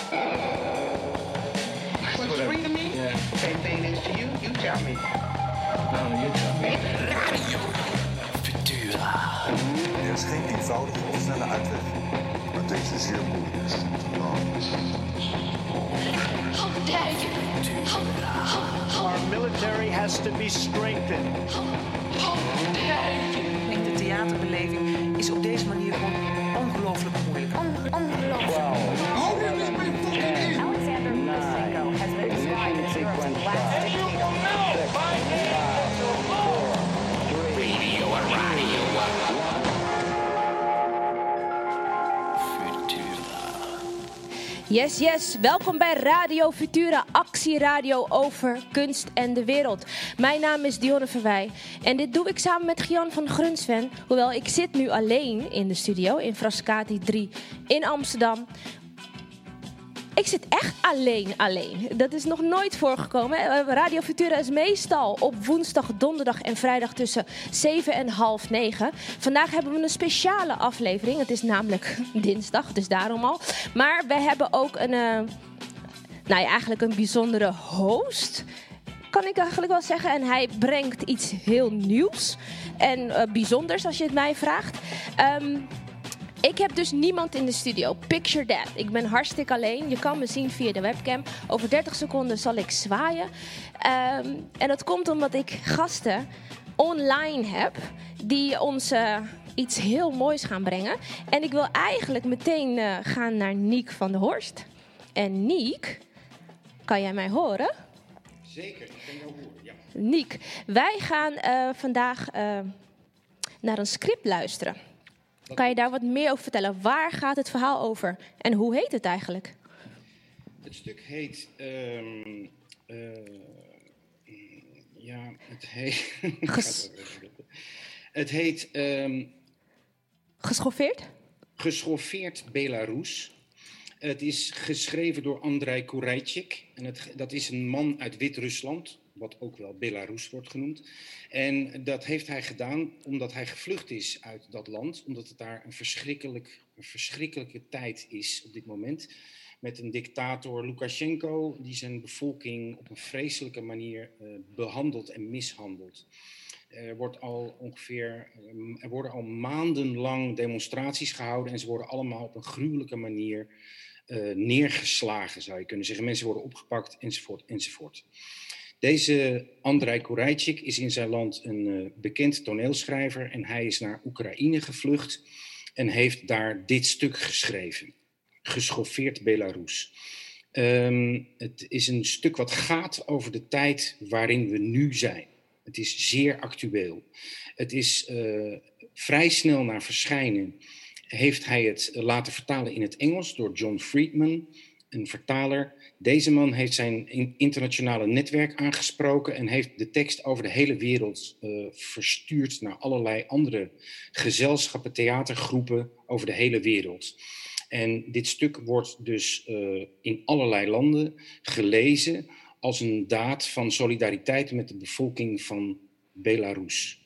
What's free to me? Yeah. Same thing is to you. You tell me. No, you tell me. Radio Futura. Er is geen eenvoudige of snelle uitweg, maar deze zeer moeilijk is. Our military has to be strengthened. De theaterbeleving is op deze manier gewoon ongelooflijk moeilijk. Ongelooflijk. Alexander Lukashenko has been described as Europe's last dictator. Yes, yes. Welkom bij Radio Futura, actieradio over kunst en de wereld. Mijn naam is Dionne Verwij en dit doe ik samen met Gian van Grunsven. Hoewel ik zit nu alleen in de studio in Frascati 3 in Amsterdam. Ik zit echt alleen. Dat is nog nooit voorgekomen. Radio Futura is meestal op woensdag, donderdag en vrijdag tussen 7 en half 9. Vandaag hebben we een speciale aflevering. Het is namelijk dinsdag, dus daarom al. Maar we hebben ook eigenlijk een bijzondere host, kan ik eigenlijk wel zeggen. En hij brengt iets heel nieuws en bijzonders als je het mij vraagt. Ik heb dus niemand in de studio. Picture that. Ik ben hartstikke alleen. Je kan me zien via de webcam. Over 30 seconden zal ik zwaaien. En dat komt omdat ik gasten online heb die ons iets heel moois gaan brengen. En ik wil eigenlijk meteen gaan naar Niek van der Horst. En Niek, kan jij mij horen? Zeker, ik kan jou horen, ja. Niek, wij gaan vandaag naar een script luisteren. Kan je daar wat meer over vertellen? Waar gaat het verhaal over? En hoe heet het eigenlijk? Het stuk heet... het heet... Geschoffeerd? Geschoffeerd Belarus. Het is geschreven door Andrei Kureichik. En dat is een man uit Wit-Rusland, wat ook wel Belarus wordt genoemd. En dat heeft hij gedaan omdat hij gevlucht is uit dat land. Omdat het daar een verschrikkelijke tijd is op dit moment. Met een dictator Lukashenko die zijn bevolking op een vreselijke manier behandelt en mishandelt. Er worden al maandenlang demonstraties gehouden en ze worden allemaal op een gruwelijke manier neergeslagen, zou je kunnen zeggen. Mensen worden opgepakt, enzovoort. Deze Andrei Kureichik is in zijn land een bekend toneelschrijver en hij is naar Oekraïne gevlucht en heeft daar dit stuk geschreven. Geschoffeerd Belarus. Het is een stuk wat gaat over de tijd waarin we nu zijn. Het is zeer actueel. Het is vrij snel na verschijnen heeft hij het laten vertalen in het Engels door John Friedman, een vertaler. Deze man heeft zijn internationale netwerk aangesproken en heeft de tekst over de hele wereld verstuurd naar allerlei andere gezelschappen, theatergroepen over de hele wereld. En dit stuk wordt dus in allerlei landen gelezen als een daad van solidariteit met de bevolking van Belarus.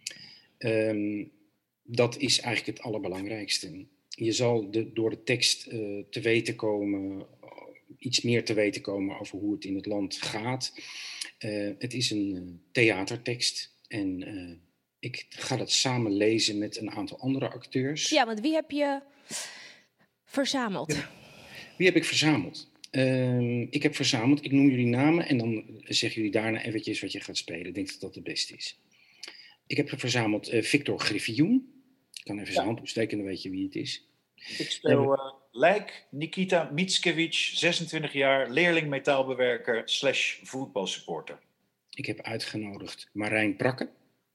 Dat is eigenlijk het allerbelangrijkste. Je zal door de tekst te weten komen, iets meer te weten komen over hoe het in het land gaat. Het is een theatertekst en ik ga dat samen lezen met een aantal andere acteurs. Ja, want wie heb je verzameld? Ja. Wie heb ik verzameld? Ik heb verzameld, ik noem jullie namen en dan zeggen jullie daarna eventjes wat je gaat spelen. Ik denk dat dat het beste is. Ik heb verzameld Victor Griffioen. Ik kan even zijn hand opsteken, dan weet je wie het is. Ik speel Lijk Nikita Mickiewicz, 26 jaar, leerling metaalbewerker / voetbalsupporter. Ik heb uitgenodigd Marijn Prakke.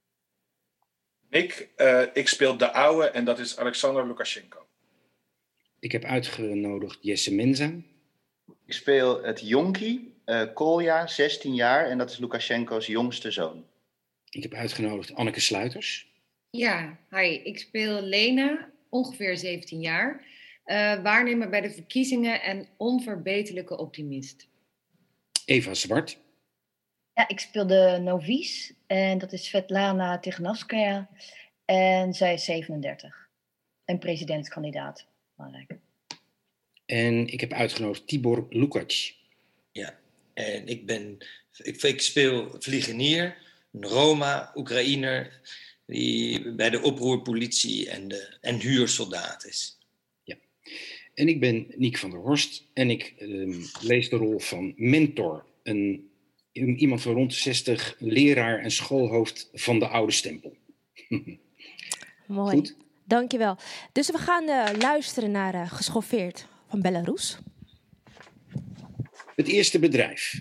Ik speel de oude en dat is Alexander Lukashenko. Ik heb uitgenodigd Jesse Menza. Ik speel het jonkie, Kolja, 16 jaar en dat is Lukashenko's jongste zoon. Ik heb uitgenodigd Anneke Sluiters. Ja, hi. Ik speel Lena, ongeveer 17 jaar. Waarnemer bij de verkiezingen en onverbeterlijke optimist. Eva Zwart. Ja, ik speel de novice en dat is Svetlana Tichanowskaja. En zij is 37. En presidentskandidaat. Belangrijk. En ik heb uitgenodigd Tibor Lukacs. Ja, en ik speel vliegenier, een Roma, Oekraïner, die bij de oproerpolitie en huursoldaat is. Ja. En ik ben Niek van der Horst en ik lees de rol van mentor. Iemand van rond de 60, leraar en schoolhoofd van de oude stempel. Mooi, goed. Dankjewel. Dus we gaan luisteren naar Geschoffeerd van Belarus. Het eerste bedrijf.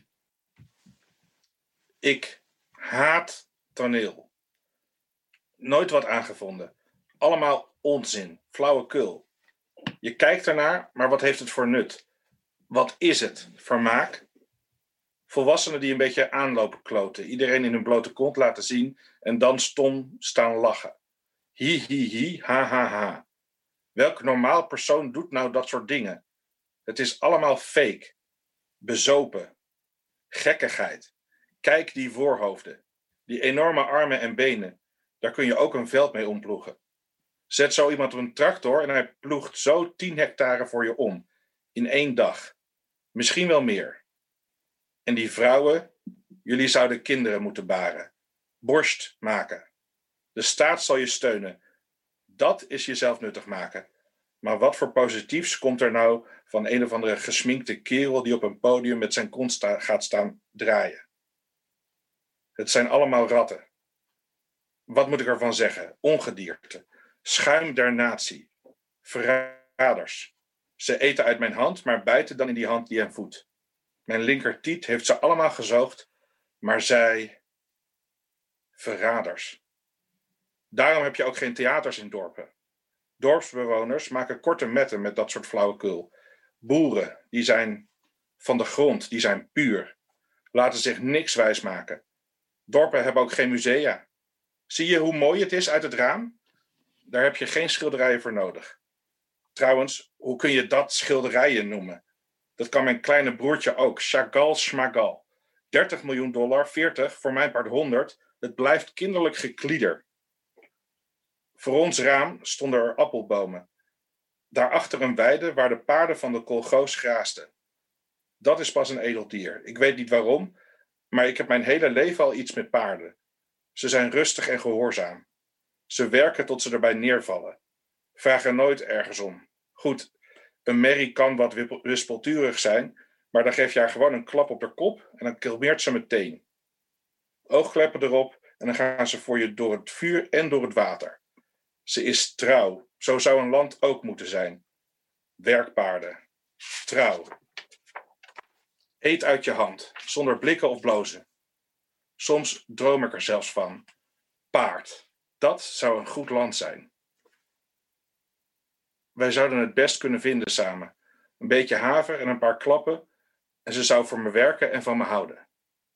Ik haat toneel. Nooit wat aangevonden. Allemaal onzin, flauwekul. Je kijkt ernaar, maar wat heeft het voor nut? Wat is het? Vermaak? Volwassenen die een beetje aanlopen kloten. Iedereen in hun blote kont laten zien en dan stom staan lachen. Hi, hi, hi, ha, ha, ha. Welk normaal persoon doet nou dat soort dingen? Het is allemaal fake. Bezopen. Gekkigheid. Kijk die voorhoofden. Die enorme armen en benen. Daar kun je ook een veld mee omploegen. Zet zo iemand op een tractor en hij ploegt zo 10 hectare voor je om. In 1 dag. Misschien wel meer. En die vrouwen, jullie zouden kinderen moeten baren. Borst maken. De staat zal je steunen. Dat is jezelf nuttig maken. Maar wat voor positiefs komt er nou van een of andere gesminkte kerel die op een podium met zijn kont gaat staan draaien? Het zijn allemaal ratten. Wat moet ik ervan zeggen? Ongedierte. Schuim der natie. Verraders. Ze eten uit mijn hand, maar bijten dan in die hand die hen voedt. Mijn linkertiet heeft ze allemaal gezoogd, maar zij... Verraders. Daarom heb je ook geen theaters in dorpen. Dorpsbewoners maken korte metten met dat soort flauwekul. Boeren, die zijn van de grond, die zijn puur. Laten zich niks wijsmaken. Dorpen hebben ook geen musea. Zie je hoe mooi het is uit het raam? Daar heb je geen schilderijen voor nodig. Trouwens, hoe kun je dat schilderijen noemen? Dat kan mijn kleine broertje ook. Chagall schmagall. $30 miljoen, 40, voor mijn part 100. Het blijft kinderlijk geklieder. Voor ons raam stonden er appelbomen. Daarachter een weide waar de paarden van de kolgoos graasden. Dat is pas een edel dier. Ik weet niet waarom, maar ik heb mijn hele leven al iets met paarden. Ze zijn rustig en gehoorzaam. Ze werken tot ze erbij neervallen. Vragen nooit ergens om. Goed, een merrie kan wat wispelturig zijn, maar dan geef je haar gewoon een klap op de kop en dan kalmeert ze meteen. Oogkleppen erop en dan gaan ze voor je door het vuur en door het water. Ze is trouw. Zo zou een land ook moeten zijn. Werkpaarden. Trouw. Eet uit je hand, zonder blikken of blozen. Soms droom ik er zelfs van. Paard. Dat zou een goed land zijn. Wij zouden het best kunnen vinden samen. Een beetje haver en een paar klappen. En ze zou voor me werken en van me houden.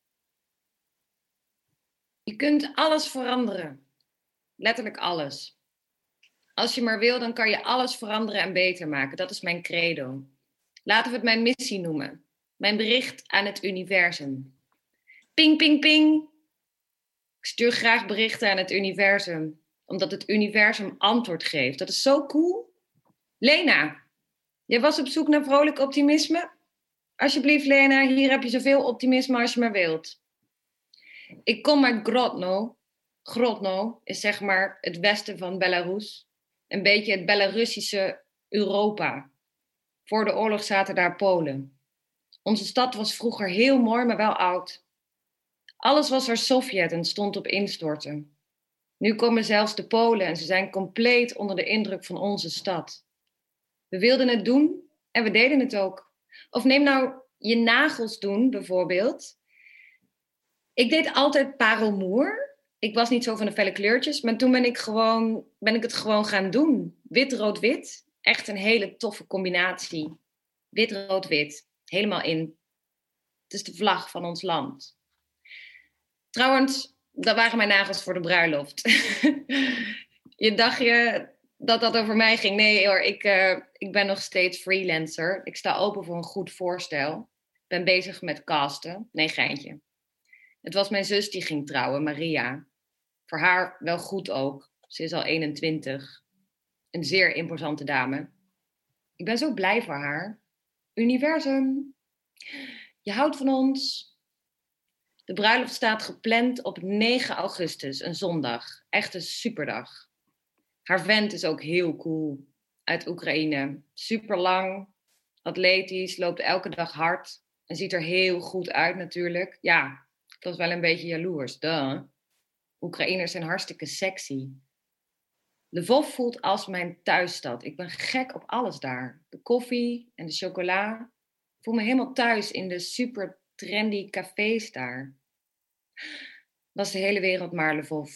Je kunt alles veranderen. Letterlijk alles. Als je maar wil, dan kan je alles veranderen en beter maken. Dat is mijn credo. Laten we het mijn missie noemen. Mijn bericht aan het universum. Ping, ping, ping. Ik stuur graag berichten aan het universum. Omdat het universum antwoord geeft. Dat is zo cool. Lena, jij was op zoek naar vrolijk optimisme? Alsjeblieft, Lena, hier heb je zoveel optimisme als je maar wilt. Ik kom uit Grodno. Grodno is zeg maar het westen van Belarus. Een beetje het Belarussische Europa. Voor de oorlog zaten daar Polen. Onze stad was vroeger heel mooi, maar wel oud. Alles was er Sovjet en stond op instorten. Nu komen zelfs de Polen en ze zijn compleet onder de indruk van onze stad. We wilden het doen en we deden het ook. Of neem nou je nagels doen, bijvoorbeeld. Ik deed altijd parelmoer. Ik was niet zo van de felle kleurtjes, maar toen ben ik het gewoon gaan doen. Wit, rood, wit. Echt een hele toffe combinatie. Wit, rood, wit. Helemaal in. Het is de vlag van ons land. Trouwens, dat waren mijn nagels voor de bruiloft. Je dacht je dat dat over mij ging? Nee hoor, ik ben nog steeds freelancer. Ik sta open voor een goed voorstel. Ik ben bezig met casten. Nee, geintje. Het was mijn zus die ging trouwen, Maria. Voor haar wel goed ook. Ze is al 21. Een zeer imposante dame. Ik ben zo blij voor haar. Universum, je houdt van ons. De bruiloft staat gepland op 9 augustus, een zondag. Echt een superdag. Haar vent is ook heel cool. Uit Oekraïne. Super lang, atletisch, loopt elke dag hard. En ziet er heel goed uit natuurlijk. Ja, ik was wel een beetje jaloers. Duh. Oekraïners zijn hartstikke sexy. Lvov voelt als mijn thuisstad. Ik ben gek op alles daar. De koffie en de chocola. Ik voel me helemaal thuis in de super trendy cafés daar. Was de hele wereld maar Lvov.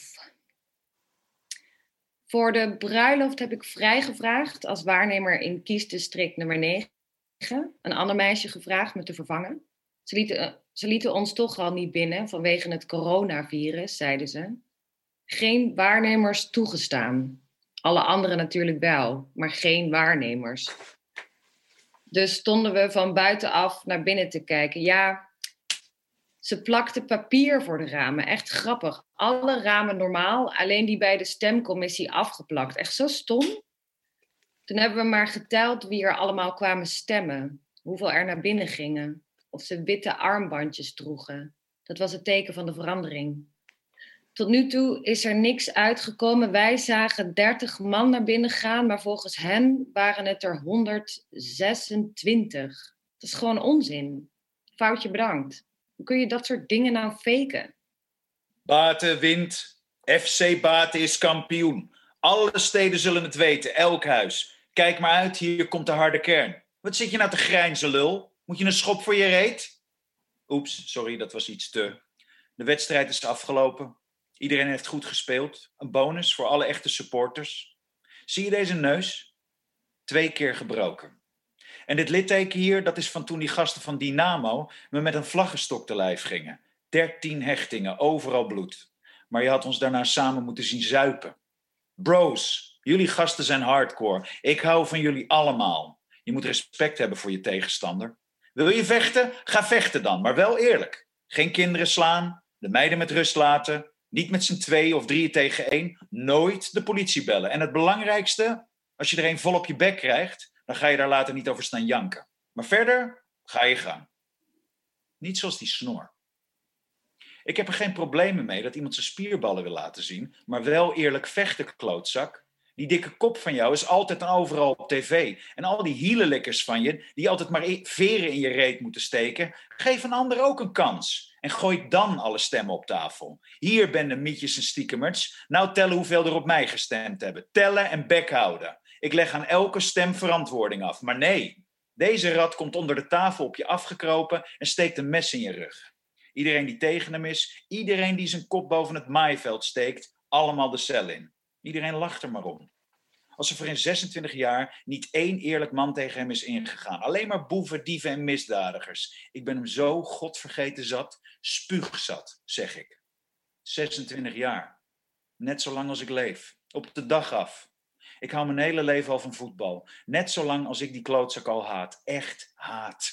Voor de bruiloft heb ik vrijgevraagd als waarnemer in kiesdistrict nummer 9. Een ander meisje gevraagd me te vervangen. Ze lieten ons toch al niet binnen vanwege het coronavirus, zeiden ze. Geen waarnemers toegestaan. Alle anderen natuurlijk wel, maar geen waarnemers. Dus stonden we van buitenaf naar binnen te kijken. Ja, ze plakte papier voor de ramen. Echt grappig. Alle ramen normaal, alleen die bij de stemcommissie afgeplakt. Echt zo stom. Toen hebben we maar geteld wie er allemaal kwamen stemmen. Hoeveel er naar binnen gingen. Of ze witte armbandjes droegen. Dat was het teken van de verandering. Tot nu toe is er niks uitgekomen. Wij zagen 30 man naar binnen gaan, maar volgens hen waren het er 126. Dat is gewoon onzin. Foutje bedankt. Hoe kun je dat soort dingen nou faken? Baten wint. FC Baten is kampioen. Alle steden zullen het weten, elk huis. Kijk maar uit, hier komt de harde kern. Wat zit je nou te grijnzen, lul? Moet je een schop voor je reet? Oeps, sorry, dat was iets te... De wedstrijd is afgelopen. Iedereen heeft goed gespeeld. Een bonus voor alle echte supporters. Zie je deze neus? 2 keer gebroken. En dit litteken hier, dat is van toen die gasten van Dynamo me met een vlaggenstok te lijf gingen. 13 hechtingen, overal bloed. Maar je had ons daarna samen moeten zien zuipen. Bros, jullie gasten zijn hardcore. Ik hou van jullie allemaal. Je moet respect hebben voor je tegenstander. Wil je vechten? Ga vechten dan, maar wel eerlijk. Geen kinderen slaan, de meiden met rust laten... Niet met z'n 2 of 3 tegen 1. Nooit de politie bellen. En het belangrijkste, als je er een vol op je bek krijgt, dan ga je daar later niet over staan janken. Maar verder, ga je gang. Niet zoals die snor. Ik heb er geen problemen mee dat iemand zijn spierballen wil laten zien, maar wel eerlijk vechten, klootzak. Die dikke kop van jou is altijd en overal op tv. En al die hielenlikkers van je, die altijd maar veren in je reet moeten steken, geef een ander ook een kans. En gooi dan alle stemmen op tafel. Hier ben de mietjes en stiekemerts. Nou tellen hoeveel er op mij gestemd hebben. Tellen en bek houden. Ik leg aan elke stem verantwoording af. Maar nee, deze rat komt onder de tafel op je afgekropen en steekt een mes in je rug. Iedereen die tegen hem is, iedereen die zijn kop boven het maaiveld steekt, allemaal de cel in. Iedereen lacht er maar om. Als er voor in 26 jaar niet 1 eerlijk man tegen hem is ingegaan. Alleen maar boeven, dieven en misdadigers. Ik ben hem zo godvergeten zat, spuugzat, zeg ik. 26 jaar. Net zo lang als ik leef. Op de dag af. Ik hou mijn hele leven al van voetbal. Net zo lang als ik die klootzak al haat. Echt haat.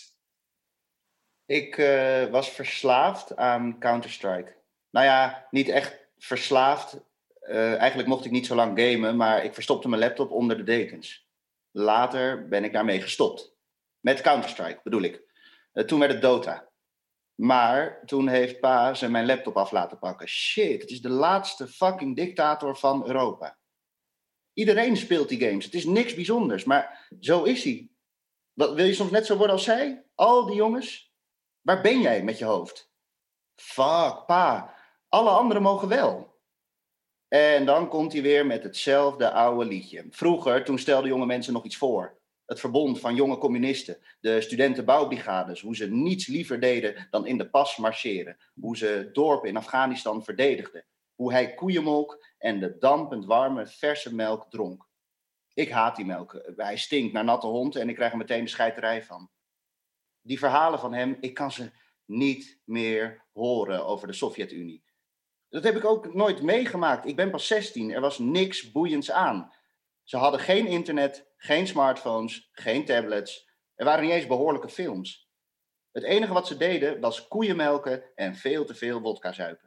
Ik was verslaafd aan Counter-Strike. Nou ja, niet echt verslaafd. Eigenlijk mocht ik niet zo lang gamen, maar ik verstopte mijn laptop onder de dekens. Later ben ik daarmee gestopt. Met Counter-Strike bedoel ik. Toen werd het Dota. Maar toen heeft pa ze mijn laptop af laten pakken. Shit, het is de laatste fucking dictator van Europa. Iedereen speelt die games. Het is niks bijzonders, maar zo is hij. Wil je soms net zo worden als zij? Al die jongens? Waar ben jij met je hoofd? Fuck, pa. Alle anderen mogen wel. En dan komt hij weer met hetzelfde oude liedje. Vroeger, toen stelden jonge mensen nog iets voor. Het verbond van jonge communisten. De studentenbouwbrigades. Hoe ze niets liever deden dan in de pas marcheren. Hoe ze dorpen in Afghanistan verdedigden. Hoe hij koeienmelk en de dampend warme verse melk dronk. Ik haat die melk. Hij stinkt naar natte hond en ik krijg er meteen de scheiterij van. Die verhalen van hem, ik kan ze niet meer horen over de Sovjet-Unie. Dat heb ik ook nooit meegemaakt. Ik ben pas 16. Er was niks boeiends aan. Ze hadden geen internet, geen smartphones, geen tablets. Er waren niet eens behoorlijke films. Het enige wat ze deden was koeien melken en veel te veel wodka zuipen.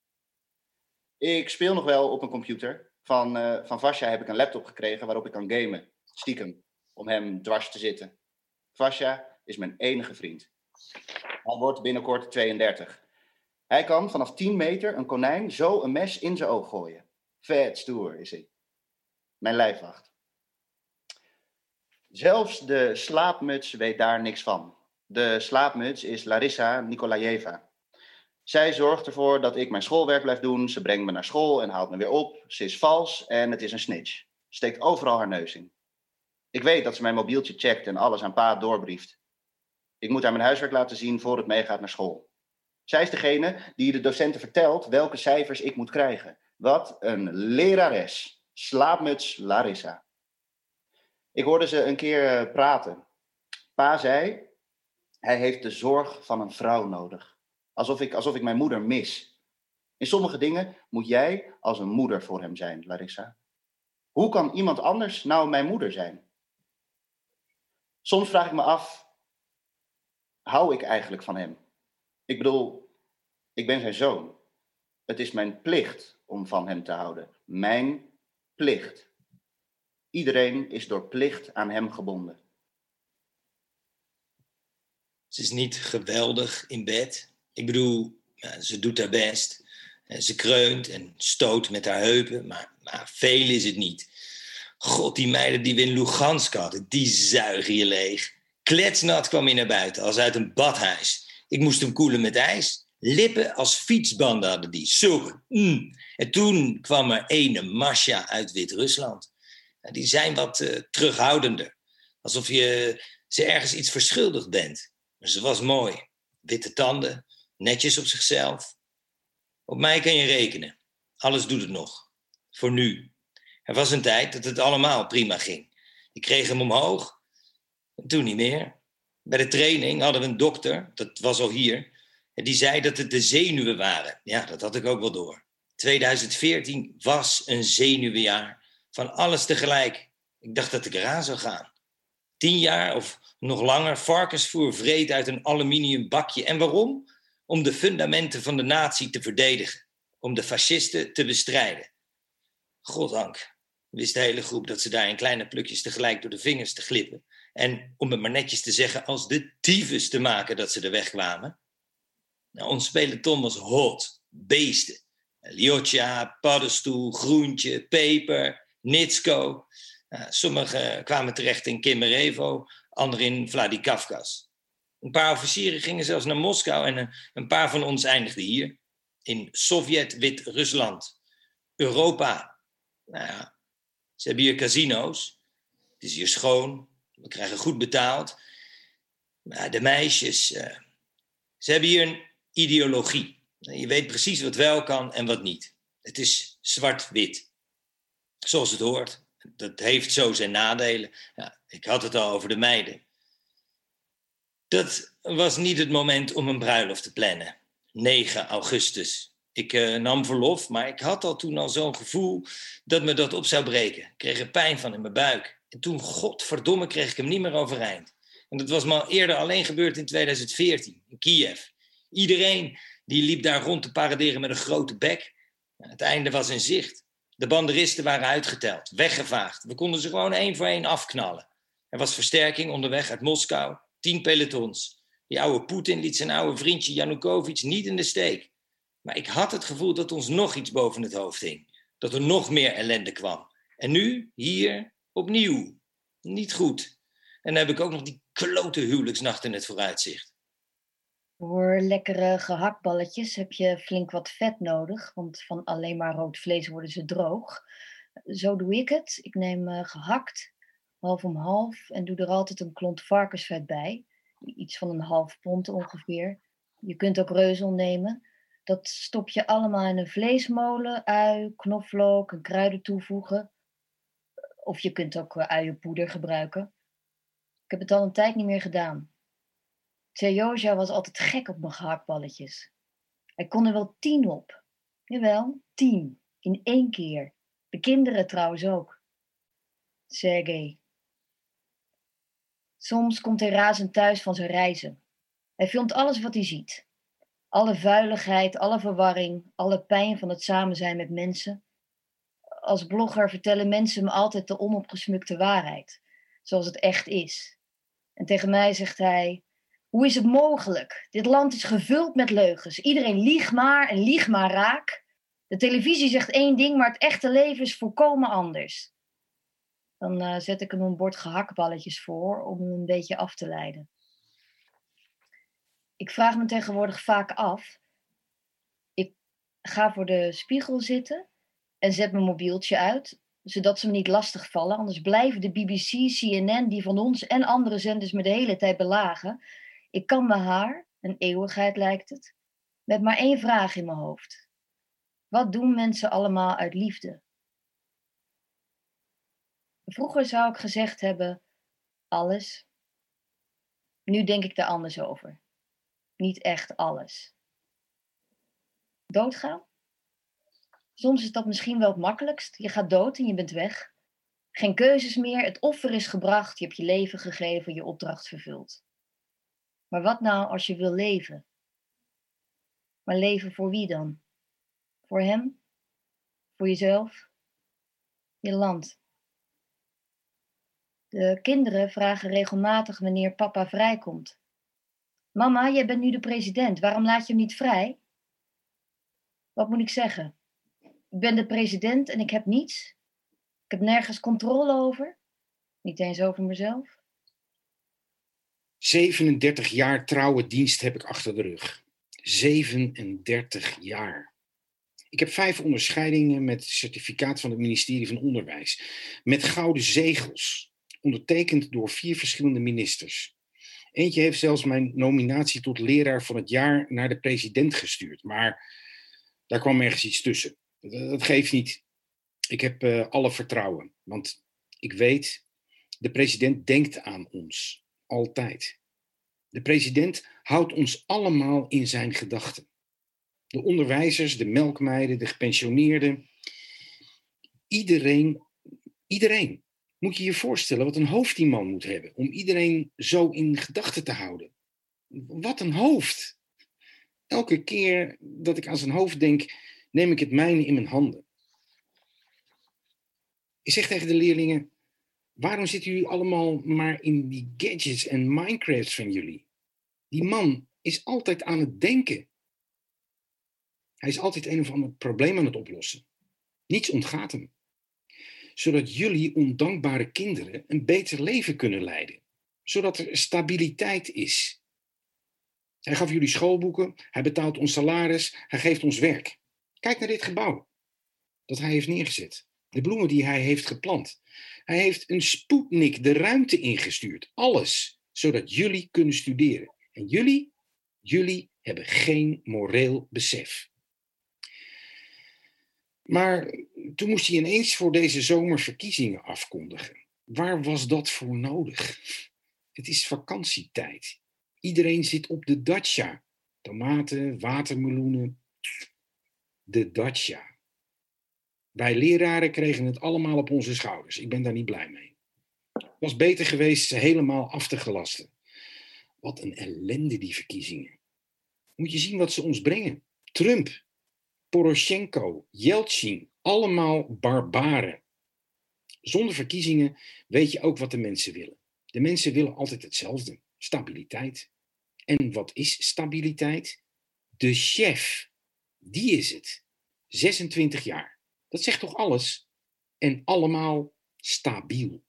Ik speel nog wel op een computer. Van Vasja heb ik een laptop gekregen waarop ik kan gamen. Stiekem. Om hem dwars te zitten. Vasja, is mijn enige vriend. Hij wordt binnenkort 32. Hij kan vanaf 10 meter een konijn zo een mes in zijn oog gooien. Vet stoer is hij. Mijn lijfwacht. Zelfs de slaapmuts weet daar niks van. De slaapmuts is Larissa Nikolajeva. Zij zorgt ervoor dat ik mijn schoolwerk blijf doen. Ze brengt me naar school en haalt me weer op. Ze is vals en het is een snitch. Steekt overal haar neus in. Ik weet dat ze mijn mobieltje checkt en alles aan pa doorbrieft. Ik moet haar mijn huiswerk laten zien voor het meegaat naar school. Zij is degene die de docenten vertelt welke cijfers ik moet krijgen. Wat een lerares. Slaapmuts Larissa. Ik hoorde ze een keer praten. Pa zei, hij heeft de zorg van een vrouw nodig. Alsof ik mijn moeder mis. In sommige dingen moet jij als een moeder voor hem zijn, Larissa. Hoe kan iemand anders nou mijn moeder zijn? Soms vraag ik me af, hou ik eigenlijk van hem? Ik bedoel, ik ben zijn zoon. Het is mijn plicht om van hem te houden. Mijn plicht. Iedereen is door plicht aan hem gebonden. Ze is niet geweldig in bed. Ik bedoel, ja, ze doet haar best. Ze kreunt en stoot met haar heupen, maar veel is het niet. God, die meiden die we in Lugansk hadden, die zuigen je leeg. Kletsnat kwam hij naar buiten, als uit een badhuis. Ik moest hem koelen met ijs. Lippen als fietsbanden hadden die. Zulke. En toen kwam er ene Masha uit Wit-Rusland. Die zijn wat terughoudender. Alsof je ze ergens iets verschuldigd bent. Maar ze was mooi. Witte tanden, netjes op zichzelf. Op mij kan je rekenen. Alles doet het nog. Voor nu. Er was een tijd dat het allemaal prima ging. Ik kreeg hem omhoog. En toen niet meer. Bij de training hadden we een dokter, dat was al hier. En die zei dat het de zenuwen waren. Ja, dat had ik ook wel door. 2014 was een zenuwenjaar. Van alles tegelijk. Ik dacht dat ik eraan zou gaan. 10 jaar of nog langer varkensvoer vreet uit een aluminium bakje. En waarom? Om de fundamenten van de natie te verdedigen. Om de fascisten te bestrijden. Goddank wist de hele groep dat ze daar in kleine plukjes tegelijk door de vingers te glippen. En om het maar netjes te zeggen, als de tyfus te maken dat ze er wegkwamen. Nou, ons peloton was hot, beesten. Liotja, paddenstoel, groentje, peper, Nitsko. Sommigen kwamen terecht in Kemerovo, anderen in Vladikavkaz. Een paar officieren gingen zelfs naar Moskou en een paar van ons eindigden hier. In Sovjet-Wit-Rusland. Europa. Nou ja, ze hebben hier casino's. Het is hier schoon. We krijgen goed betaald. Maar de meisjes, ze hebben hier een ideologie. Je weet precies wat wel kan en wat niet. Het is zwart-wit. Zoals het hoort. Dat heeft zo zijn nadelen. Ja, ik had het al over de meiden. Dat was niet het moment om een bruiloft te plannen. 9 augustus. Ik nam verlof, maar ik had al toen al zo'n gevoel dat me dat op zou breken. Ik kreeg er pijn van in mijn buik. En toen, godverdomme, kreeg ik hem niet meer overeind. En dat was me al eerder alleen gebeurd in 2014, in Kiev. Iedereen die liep daar rond te paraderen met een grote bek. Het einde was in zicht. De banderisten waren uitgeteld, weggevaagd. We konden ze gewoon 1 voor 1 afknallen. Er was versterking onderweg uit Moskou, 10 pelotons. Die oude Poetin liet zijn oude vriendje Yanukovych niet in de steek. Maar ik had het gevoel dat ons nog iets boven het hoofd hing. Dat er nog meer ellende kwam. En nu, hier, opnieuw. Niet goed. En dan heb ik ook nog die klote huwelijksnacht in het vooruitzicht. Voor lekkere gehaktballetjes heb je flink wat vet nodig, want van alleen maar rood vlees worden ze droog. Zo doe ik het. Ik neem gehakt, half om half, en doe er altijd een klont varkensvet bij. Iets van een half pond ongeveer. Je kunt ook reuzel nemen. Dat stop je allemaal in een vleesmolen, ui, knoflook en kruiden toevoegen. Of je kunt ook uienpoeder gebruiken. Ik heb het al een tijd niet meer gedaan. Serjoja was altijd gek op mijn gehaktballetjes. Hij kon er wel 10 op. Jawel, 10. In 1 keer. De kinderen trouwens ook. Sergej. Soms komt hij razend thuis van zijn reizen. Hij filmt alles wat hij ziet. Alle vuiligheid, alle verwarring, alle pijn van het samen zijn met mensen. Als blogger vertellen mensen me altijd de onopgesmukte waarheid. Zoals het echt is. En tegen mij zegt hij: hoe is het mogelijk? Dit land is gevuld met leugens. Iedereen liegt maar en liegt maar raak. De televisie zegt één ding, maar het echte leven is volkomen anders. Dan zet ik hem een bord gehaktballetjes voor om hem een beetje af te leiden. Ik vraag me tegenwoordig vaak af. Ik ga voor de spiegel zitten en zet mijn mobieltje uit, zodat ze me niet lastigvallen. Anders blijven de BBC, CNN, die van ons en andere zenders me de hele tijd belagen. Ik kan mijn haar, een eeuwigheid lijkt het, met maar één vraag in mijn hoofd. Wat doen mensen allemaal uit liefde? Vroeger zou ik gezegd hebben, alles. Nu denk ik daar anders over. Niet echt alles. Doodgaan? Soms is dat misschien wel het makkelijkst. Je gaat dood en je bent weg. Geen keuzes meer, het offer is gebracht, je hebt je leven gegeven, je opdracht vervuld. Maar wat nou als je wil leven? Maar leven voor wie dan? Voor hem? Voor jezelf? Je land? De kinderen vragen regelmatig wanneer papa vrijkomt. Mama, jij bent nu de president, waarom laat je hem niet vrij? Wat moet ik zeggen? Ik ben de president en ik heb niets. Ik heb nergens controle over. Niet eens over mezelf. 37 jaar trouwe dienst heb ik achter de rug. 37 jaar. Ik heb 5 onderscheidingen met certificaat van het ministerie van Onderwijs. Met gouden zegels. Ondertekend door 4 verschillende ministers. Eentje heeft zelfs mijn nominatie tot leraar van het jaar naar de president gestuurd. Maar daar kwam ergens iets tussen. Dat geeft niet. Ik heb alle vertrouwen. Want ik weet, de president denkt aan ons. Altijd. De president houdt ons allemaal in zijn gedachten. De onderwijzers, de melkmeiden, de gepensioneerden. Iedereen. Moet je je voorstellen wat een hoofd die man moet hebben om iedereen zo in gedachten te houden. Wat een hoofd. Elke keer dat ik aan zijn hoofd denk, neem ik het mijne in mijn handen. Ik zeg tegen de leerlingen, waarom zitten jullie allemaal maar in die gadgets en Minecrafts van jullie? Die man is altijd aan het denken. Hij is altijd een of ander probleem aan het oplossen. Niets ontgaat hem. Zodat jullie ondankbare kinderen een beter leven kunnen leiden. Zodat er stabiliteit is. Hij gaf jullie schoolboeken, hij betaalt ons salaris, hij geeft ons werk. Kijk naar dit gebouw dat hij heeft neergezet. De bloemen die hij heeft geplant. Hij heeft een Sputnik de ruimte ingestuurd. Alles, zodat jullie kunnen studeren. En jullie hebben geen moreel besef. Maar toen moest hij ineens voor deze zomer verkiezingen afkondigen. Waar was dat voor nodig? Het is vakantietijd. Iedereen zit op de dacha. Tomaten, watermeloenen. De dacha. Wij leraren kregen het allemaal op onze schouders. Ik ben daar niet blij mee. Het was beter geweest ze helemaal af te gelasten. Wat een ellende die verkiezingen. Moet je zien wat ze ons brengen. Trump, Poroshenko, Yeltsin, allemaal barbaren. Zonder verkiezingen weet je ook wat de mensen willen. De mensen willen altijd hetzelfde. Stabiliteit. En wat is stabiliteit? De chef. Die is het. 26 jaar. Dat zegt toch alles? En allemaal stabiel.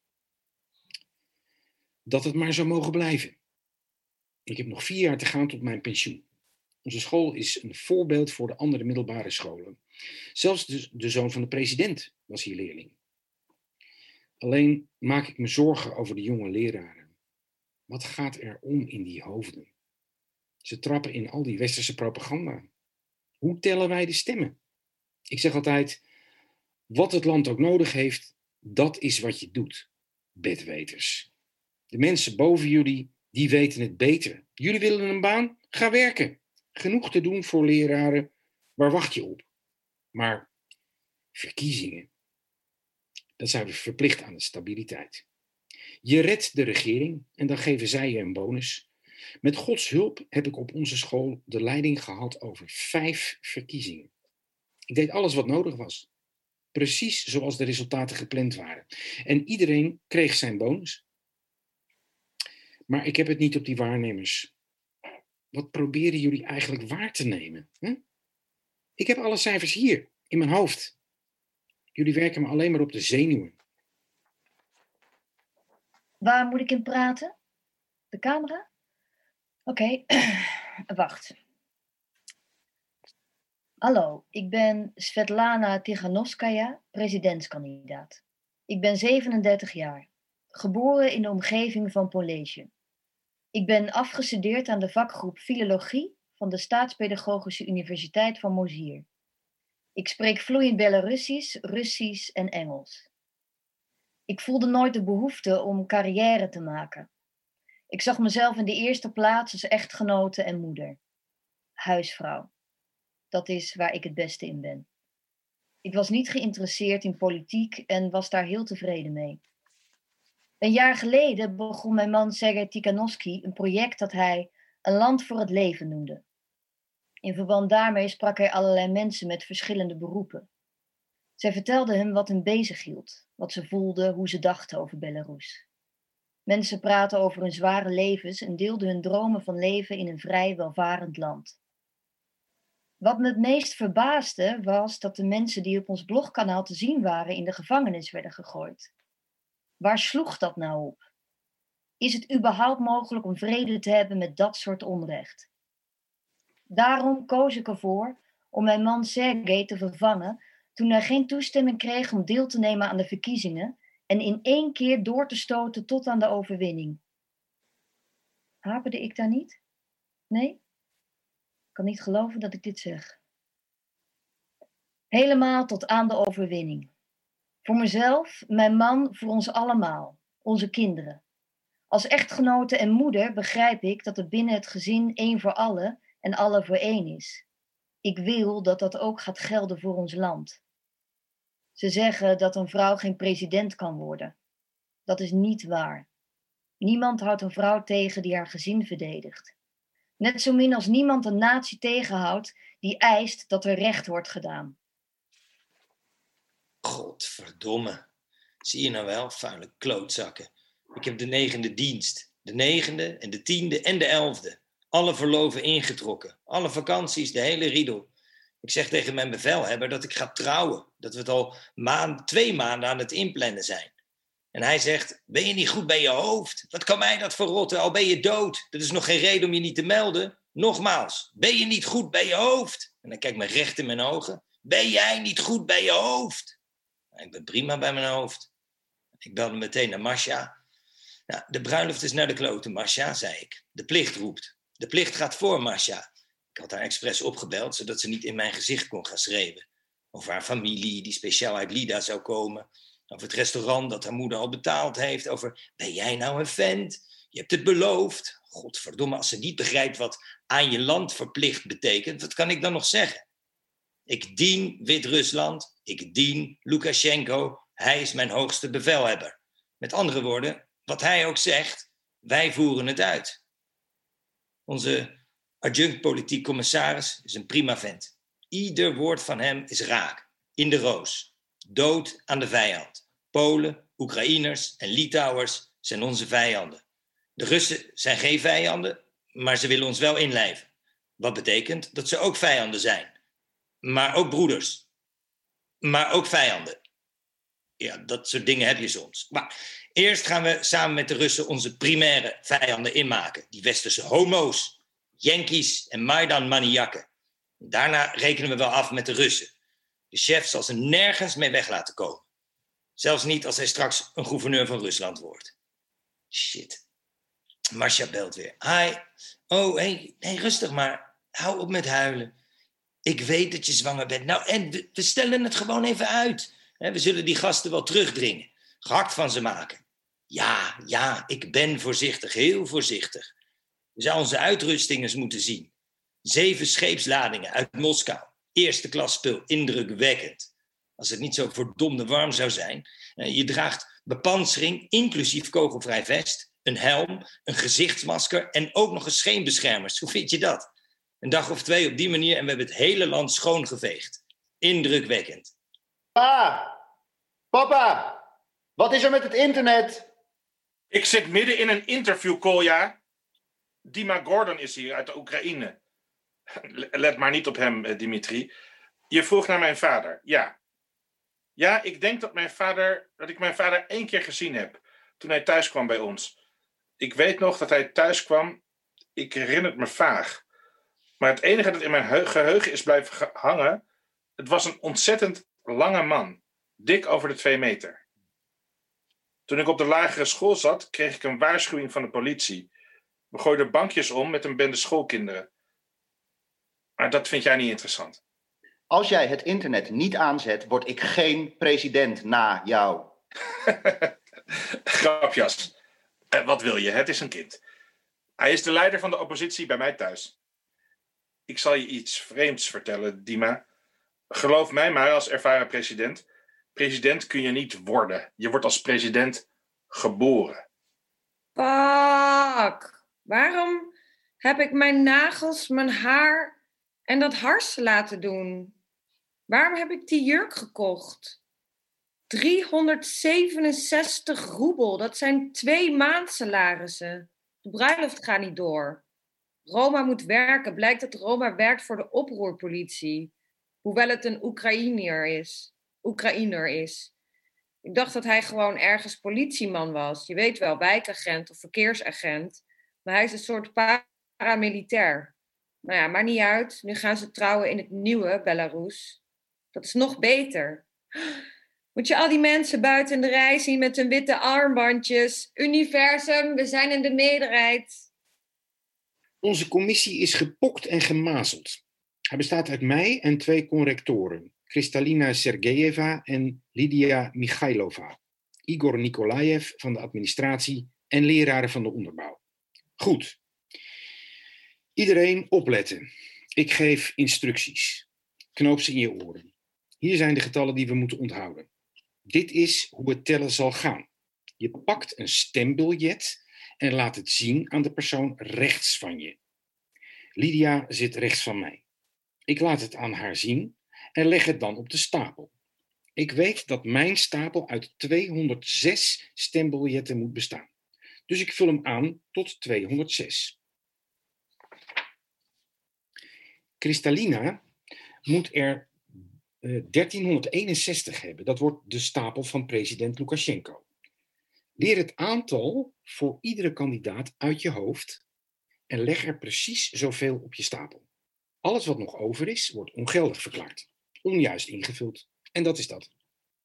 Dat het maar zou mogen blijven. Ik heb nog 4 jaar te gaan tot mijn pensioen. Onze school is een voorbeeld voor de andere middelbare scholen. Zelfs de zoon van de president was hier leerling. Alleen maak ik me zorgen over de jonge leraren. Wat gaat er om in die hoofden? Ze trappen in al die westerse propaganda. Hoe tellen wij de stemmen? Ik zeg altijd, wat het land ook nodig heeft, dat is wat je doet, bedweters. De mensen boven jullie, die weten het beter. Jullie willen een baan? Ga werken. Genoeg te doen voor leraren, waar wacht je op? Maar verkiezingen, dat zijn we verplicht aan de stabiliteit. Je redt de regering en dan geven zij je een bonus. Met Gods hulp heb ik op onze school de leiding gehad over 5 verkiezingen. Ik deed alles wat nodig was. Precies zoals de resultaten gepland waren. En iedereen kreeg zijn bonus. Maar ik heb het niet op die waarnemers. Wat proberen jullie eigenlijk waar te nemen? Hè? Ik heb alle cijfers hier, in mijn hoofd. Jullie werken me alleen maar op de zenuwen. Waar moet ik in praten? De camera? Oké, wacht. Hallo, ik ben Svetlana Tikhanovskaya, presidentskandidaat. Ik ben 37 jaar, geboren in de omgeving van Polesje. Ik ben afgestudeerd aan de vakgroep Filologie van de Staatspedagogische Universiteit van Mosir. Ik spreek vloeiend Belarussisch, Russisch en Engels. Ik voelde nooit de behoefte om carrière te maken. Ik zag mezelf in de eerste plaats als echtgenote en moeder. Huisvrouw. Dat is waar ik het beste in ben. Ik was niet geïnteresseerd in politiek en was daar heel tevreden mee. Een jaar geleden begon mijn man Sergej Tikhanovsky een project dat hij een land voor het leven noemde. In verband daarmee sprak hij allerlei mensen met verschillende beroepen. Zij vertelden hem wat hen bezighield, wat ze voelden, hoe ze dachten over Belarus. Mensen praten over hun zware levens en deelden hun dromen van leven in een vrij welvarend land. Wat me het meest verbaasde was dat de mensen die op ons blogkanaal te zien waren in de gevangenis werden gegooid. Waar sloeg dat nou op? Is het überhaupt mogelijk om vrede te hebben met dat soort onrecht? Daarom koos ik ervoor om mijn man Sergej te vervangen toen hij geen toestemming kreeg om deel te nemen aan de verkiezingen en in 1 keer door te stoten tot aan de overwinning. Haperde ik daar niet? Nee? Ik kan niet geloven dat ik dit zeg. Helemaal tot aan de overwinning. Voor mezelf, mijn man, voor ons allemaal, onze kinderen. Als echtgenote en moeder begrijp ik dat er binnen het gezin 1 voor alle en alle voor 1 is. Ik wil dat dat ook gaat gelden voor ons land. Ze zeggen dat een vrouw geen president kan worden. Dat is niet waar. Niemand houdt een vrouw tegen die haar gezin verdedigt. Net zo min als niemand een natie tegenhoudt die eist dat er recht wordt gedaan. Godverdomme. Zie je nou wel, vuile klootzakken. Ik heb de 9e dienst. De 9e en de 10e en de 11e. Alle verloven ingetrokken. Alle vakanties, de hele riedel. Ik zeg tegen mijn bevelhebber dat ik ga trouwen. Dat we het al 2 maanden aan het inplannen zijn. En hij zegt, ben je niet goed bij je hoofd? Wat kan mij dat verrotten, al ben je dood? Dat is nog geen reden om je niet te melden. Nogmaals, ben je niet goed bij je hoofd? En dan kijkt me recht in mijn ogen. Ben jij niet goed bij je hoofd? Ik ben prima bij mijn hoofd. Ik belde meteen naar Masha. Nou, de bruiloft is naar de kloten, Masha, zei ik. De plicht roept. De plicht gaat voor, Masha. Ik had haar expres opgebeld, zodat ze niet in mijn gezicht kon gaan schreeuwen. Over haar familie, die speciaal uit Lida zou komen. Over het restaurant dat haar moeder al betaald heeft. Over, ben jij nou een vent? Je hebt het beloofd. Godverdomme, als ze niet begrijpt wat aan je land verplicht betekent, wat kan ik dan nog zeggen? Ik dien Wit-Rusland. Ik dien Lukashenko. Hij is mijn hoogste bevelhebber. Met andere woorden, wat hij ook zegt, wij voeren het uit. Onze adjunct politiek commissaris is een prima vent. Ieder woord van hem is raak. In de roos. Dood aan de vijand. Polen, Oekraïners en Litouwers zijn onze vijanden. De Russen zijn geen vijanden, maar ze willen ons wel inlijven. Wat betekent dat ze ook vijanden zijn. Maar ook broeders. Maar ook vijanden. Ja, dat soort dingen heb je soms. Maar eerst gaan we samen met de Russen onze primaire vijanden inmaken. Die westerse homo's, Yankees en Maidan-maniakken. Daarna rekenen we wel af met de Russen. De chef zal ze nergens mee weg laten komen. Zelfs niet als hij straks een gouverneur van Rusland wordt. Shit. Masha belt weer. Hi. Oh, hey, rustig maar. Hou op met huilen. Ik weet dat je zwanger bent. Nou, en we stellen het gewoon even uit. We zullen die gasten wel terugdringen. Gehakt van ze maken. Ja, ik ben voorzichtig. Heel voorzichtig. We zouden onze uitrusting eens moeten zien. 7 scheepsladingen uit Moskou. Eerste klas spul, indrukwekkend. Als het niet zo verdomde warm zou zijn. Je draagt bepansering, inclusief kogelvrij vest, een helm, een gezichtsmasker en ook nog eens scheenbeschermers. Hoe vind je dat? Een dag of 2 op die manier en we hebben het hele land schoongeveegd. Papa, wat is er met het internet? Ik zit midden in een interview, Kolja. Dima Gordon is hier uit de Oekraïne. Let maar niet op hem, Dimitri. Je vroeg naar mijn vader. Ja. Ja, ik denk dat ik mijn vader 1 keer gezien heb. Toen hij thuis kwam bij ons. Ik weet nog dat hij thuis kwam. Ik herinner het me vaag. Maar het enige dat in mijn geheugen is blijven hangen. Het was een ontzettend lange man. Dik over de 2 meter. Toen ik op de lagere school zat, kreeg ik een waarschuwing van de politie. We gooiden bankjes om met een bende schoolkinderen. Maar dat vind jij niet interessant. Als jij het internet niet aanzet, word ik geen president na jou. Grapjas. Wat wil je? Het is een kind. Hij is de leider van de oppositie bij mij thuis. Ik zal je iets vreemds vertellen, Dima. Geloof mij maar als ervaren president. President kun je niet worden. Je wordt als president geboren. Fuck. Waarom heb ik mijn nagels, mijn haar en dat hars laten doen? Waarom heb ik die jurk gekocht? 367 roebel, dat zijn 2 maandsalarissen. De bruiloft gaat niet door. Roma moet werken. Blijkt dat Roma werkt voor de oproerpolitie. Hoewel het een Oekraïner is. Ik dacht dat hij gewoon ergens politieman was. Je weet wel, wijkagent of verkeersagent. Maar hij is een soort paramilitair. Nou ja, maakt niet uit. Nu gaan ze trouwen in het nieuwe Belarus. Dat is nog beter. Moet je al die mensen buiten de rij zien met hun witte armbandjes. Universum, we zijn in de meerderheid. Onze commissie is gepokt en gemazeld. Hij bestaat uit mij en 2 correctoren. Kristalina Sergejeva en Lydia Michailova. Igor Nikolaev van de administratie en leraren van de onderbouw. Goed. Iedereen opletten. Ik geef instructies. Knoop ze in je oren. Hier zijn de getallen die we moeten onthouden. Dit is hoe het tellen zal gaan. Je pakt een stembiljet en laat het zien aan de persoon rechts van je. Lydia zit rechts van mij. Ik laat het aan haar zien en leg het dan op de stapel. Ik weet dat mijn stapel uit 206 stembiljetten moet bestaan. Dus ik vul hem aan tot 206. Kristalina moet er 1361 hebben. Dat wordt de stapel van president Lukashenko. Leer het aantal voor iedere kandidaat uit je hoofd en leg er precies zoveel op je stapel. Alles wat nog over is, wordt ongeldig verklaard. Onjuist ingevuld. En dat is dat.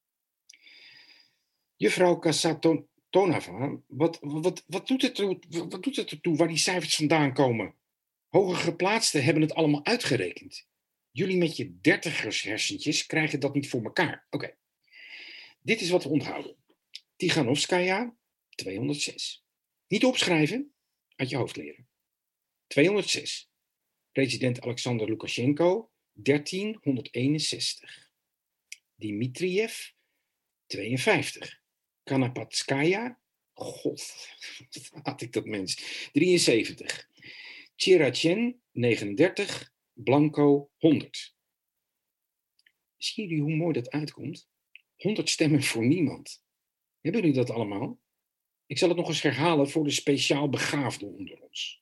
Juffrouw Kasatonava, wat doet het ertoe waar die cijfers vandaan komen? Hoger geplaatsten hebben het allemaal uitgerekend. Jullie met je 30ershersentjes krijgen dat niet voor elkaar. Oké. Dit is wat we onthouden. Tiganovskaya, 206. Niet opschrijven, uit je hoofd leren. 206. President Alexander Lukashenko, 1361. Dmitriev, 52. Kanapatskaya, god, wat haat ik dat mens, 73. Chirachen, 39. Blanco, 100. Zien jullie hoe mooi dat uitkomt? 100 stemmen voor niemand. Hebben jullie dat allemaal? Ik zal het nog eens herhalen voor de speciaal begaafden onder ons.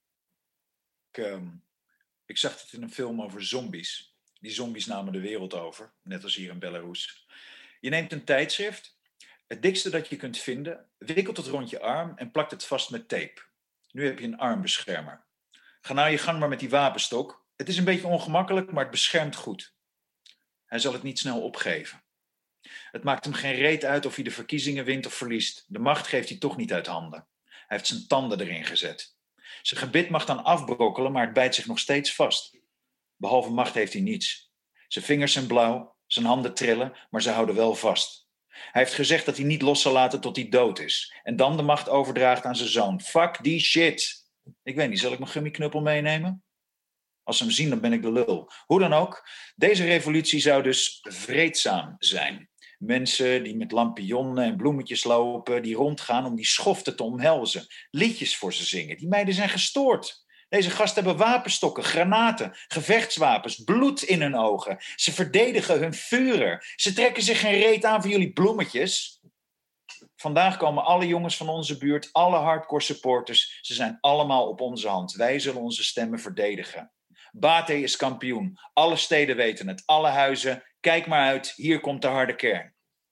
Ik zag het in een film over zombies. Die zombies namen de wereld over, net als hier in Belarus. Je neemt een tijdschrift, het dikste dat je kunt vinden, wikkelt het rond je arm en plakt het vast met tape. Nu heb je een armbeschermer. Ga nou je gang maar met die wapenstok. Het is een beetje ongemakkelijk, maar het beschermt goed. Hij zal het niet snel opgeven. Het maakt hem geen reet uit of hij de verkiezingen wint of verliest. De macht geeft hij toch niet uit handen. Hij heeft zijn tanden erin gezet. Zijn gebit mag dan afbrokkelen, maar het bijt zich nog steeds vast. Behalve macht heeft hij niets. Zijn vingers zijn blauw, zijn handen trillen, maar ze houden wel vast. Hij heeft gezegd dat hij niet los zal laten tot hij dood is. En dan de macht overdraagt aan zijn zoon. Fuck die shit. Ik weet niet, zal ik mijn gummiknuppel meenemen? Als ze hem zien, dan ben ik de lul. Hoe dan ook, deze revolutie zou dus vreedzaam zijn. Mensen die met lampionnen en bloemetjes lopen, die rondgaan om die schoften te omhelzen. Liedjes voor ze zingen. Die meiden zijn gestoord. Deze gasten hebben wapenstokken, granaten, gevechtswapens, bloed in hun ogen. Ze verdedigen hun Führer. Ze trekken zich geen reet aan voor jullie bloemetjes. Vandaag komen alle jongens van onze buurt, alle hardcore supporters. Ze zijn allemaal op onze hand. Wij zullen onze stemmen verdedigen. Bate is kampioen. Alle steden weten het. Alle huizen. Kijk maar uit. Hier komt de harde kern.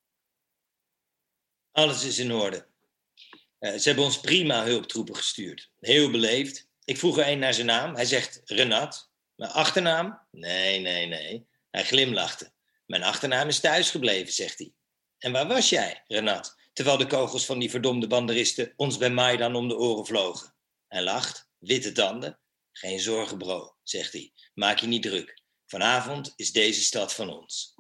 Alles is in orde. Ze hebben ons prima hulptroepen gestuurd. Heel beleefd. Ik vroeg er een naar zijn naam. Hij zegt Renat. Mijn achternaam? Nee. Hij glimlachte. Mijn achternaam is thuisgebleven, zegt hij. En waar was jij, Renat? Terwijl de kogels van die verdomde banderisten ons bij Maidan om de oren vlogen. Hij lacht, witte tanden. Geen zorgen, bro, zegt hij. Maak je niet druk. Vanavond is deze stad van ons.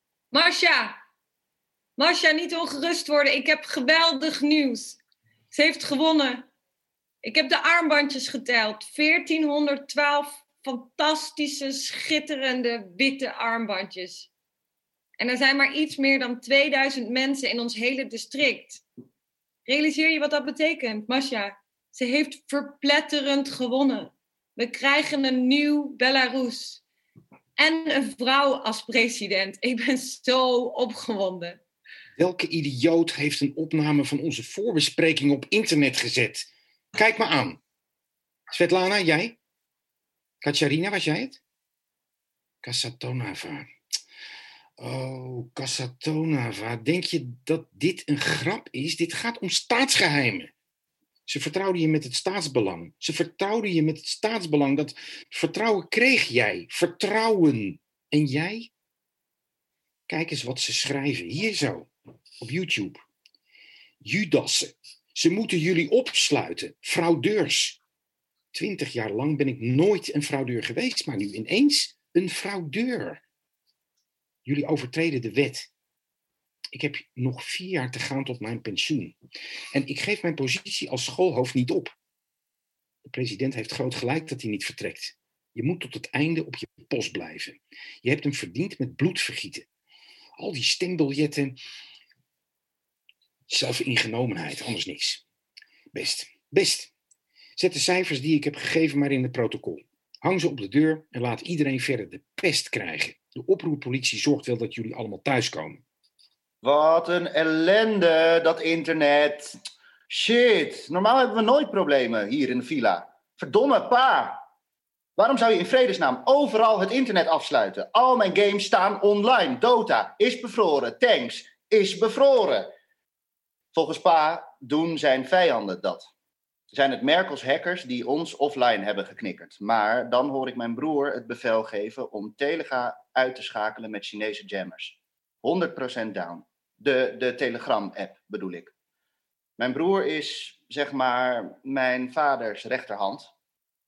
Masha, niet ongerust worden. Ik heb geweldig nieuws. Ze heeft gewonnen. Ik heb de armbandjes geteld. 1412 fantastische, schitterende, witte armbandjes. En er zijn maar iets meer dan 2000 mensen in ons hele district. Realiseer je wat dat betekent, Masha? Ze heeft verpletterend gewonnen. We krijgen een nieuw Belarus. En een vrouw als president. Ik ben zo opgewonden. Welke idioot heeft een opname van onze voorbespreking op internet gezet? Kijk me aan. Svetlana, jij? Katarina, was jij het? Kasatonava. Oh, Kasatonava. Denk je dat dit een grap is? Dit gaat om staatsgeheimen. Ze vertrouwden je met het staatsbelang. Dat vertrouwen kreeg jij. Vertrouwen. En jij? Kijk eens wat ze schrijven. Hier zo. Op YouTube. Judassen. Ze moeten jullie opsluiten. Fraudeurs. 20 jaar lang ben ik nooit een fraudeur geweest, maar nu ineens een fraudeur. Jullie overtreden de wet. Ik heb nog 4 jaar te gaan tot mijn pensioen. En ik geef mijn positie als schoolhoofd niet op. De president heeft groot gelijk dat hij niet vertrekt. Je moet tot het einde op je post blijven. Je hebt hem verdiend met bloedvergieten. Al die stembiljetten. Zelfingenomenheid, anders niks. Best. Zet de cijfers die ik heb gegeven maar in het protocol. Hang ze op de deur en laat iedereen verder de pest krijgen. De oproerpolitie zorgt wel dat jullie allemaal thuiskomen. Wat een ellende, dat internet. Shit, normaal hebben we nooit problemen hier in de villa. Verdomme, pa. Waarom zou je in vredesnaam overal het internet afsluiten? Al mijn games staan online. Dota is bevroren. Tanks is bevroren. Volgens pa doen zijn vijanden dat. Zijn het Merkels hackers die ons offline hebben geknikkerd. Maar dan hoor ik mijn broer het bevel geven om Telega uit te schakelen met Chinese jammers. 100% down. De Telegram-app bedoel ik. Mijn broer is, zeg maar, mijn vaders rechterhand.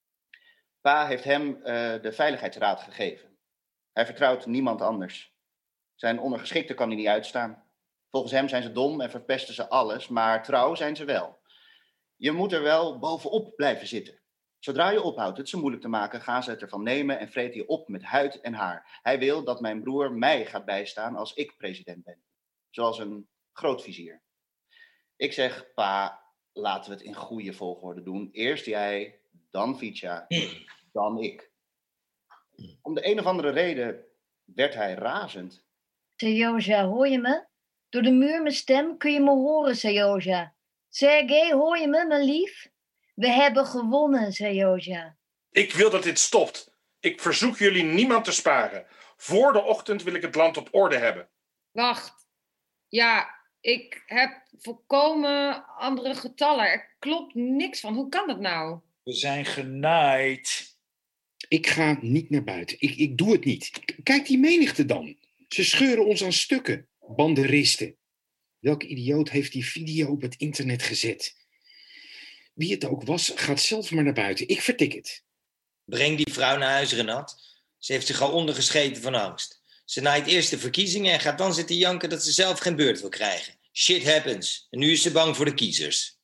Pa heeft hem de veiligheidsraad gegeven. Hij vertrouwt niemand anders. Zijn ondergeschikte kan hij niet uitstaan. Volgens hem zijn ze dom en verpesten ze alles, maar trouw zijn ze wel. Je moet er wel bovenop blijven zitten. Zodra je ophoudt het ze moeilijk te maken, gaan ze het ervan nemen en vreten je op met huid en haar. Hij wil dat mijn broer mij gaat bijstaan als ik president ben. Zoals een grootvizier. Ik zeg, pa, laten we het in goede volgorde doen. Eerst jij, dan Vitja, dan ik. Om de een of andere reden werd hij razend. Sejoja, hoor je me? Door de muur mijn stem kun je me horen, Sejoja. Sergej, hoor je me, mijn lief? We hebben gewonnen, Sejoja. Ik wil dat dit stopt. Ik verzoek jullie niemand te sparen. Voor de ochtend wil ik het land op orde hebben. Wacht. Ja, ik heb volkomen andere getallen. Er klopt niks van. Hoe kan dat nou? We zijn genaaid. Ik ga niet naar buiten. Ik doe het niet. Kijk die menigte dan. Ze scheuren ons aan stukken. Banderisten. Welke idioot heeft die video op het internet gezet? Wie het ook was, gaat zelf maar naar buiten. Ik vertik het. Breng die vrouw naar huis, Renat. Ze heeft zich al ondergescheten van angst. Ze naait eerst de verkiezingen en gaat dan zitten janken dat ze zelf geen beurt wil krijgen. Shit happens. En nu is ze bang voor de kiezers.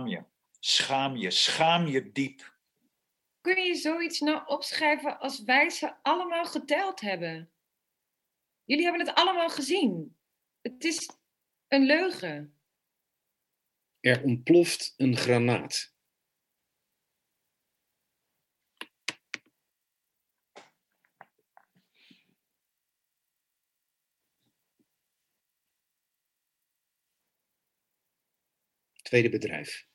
Schaam je diep. Kun je zoiets nou opschrijven als wij ze allemaal geteld hebben? Jullie hebben het allemaal gezien. Het is een leugen. Er ontploft een granaat. tweede bedrijf.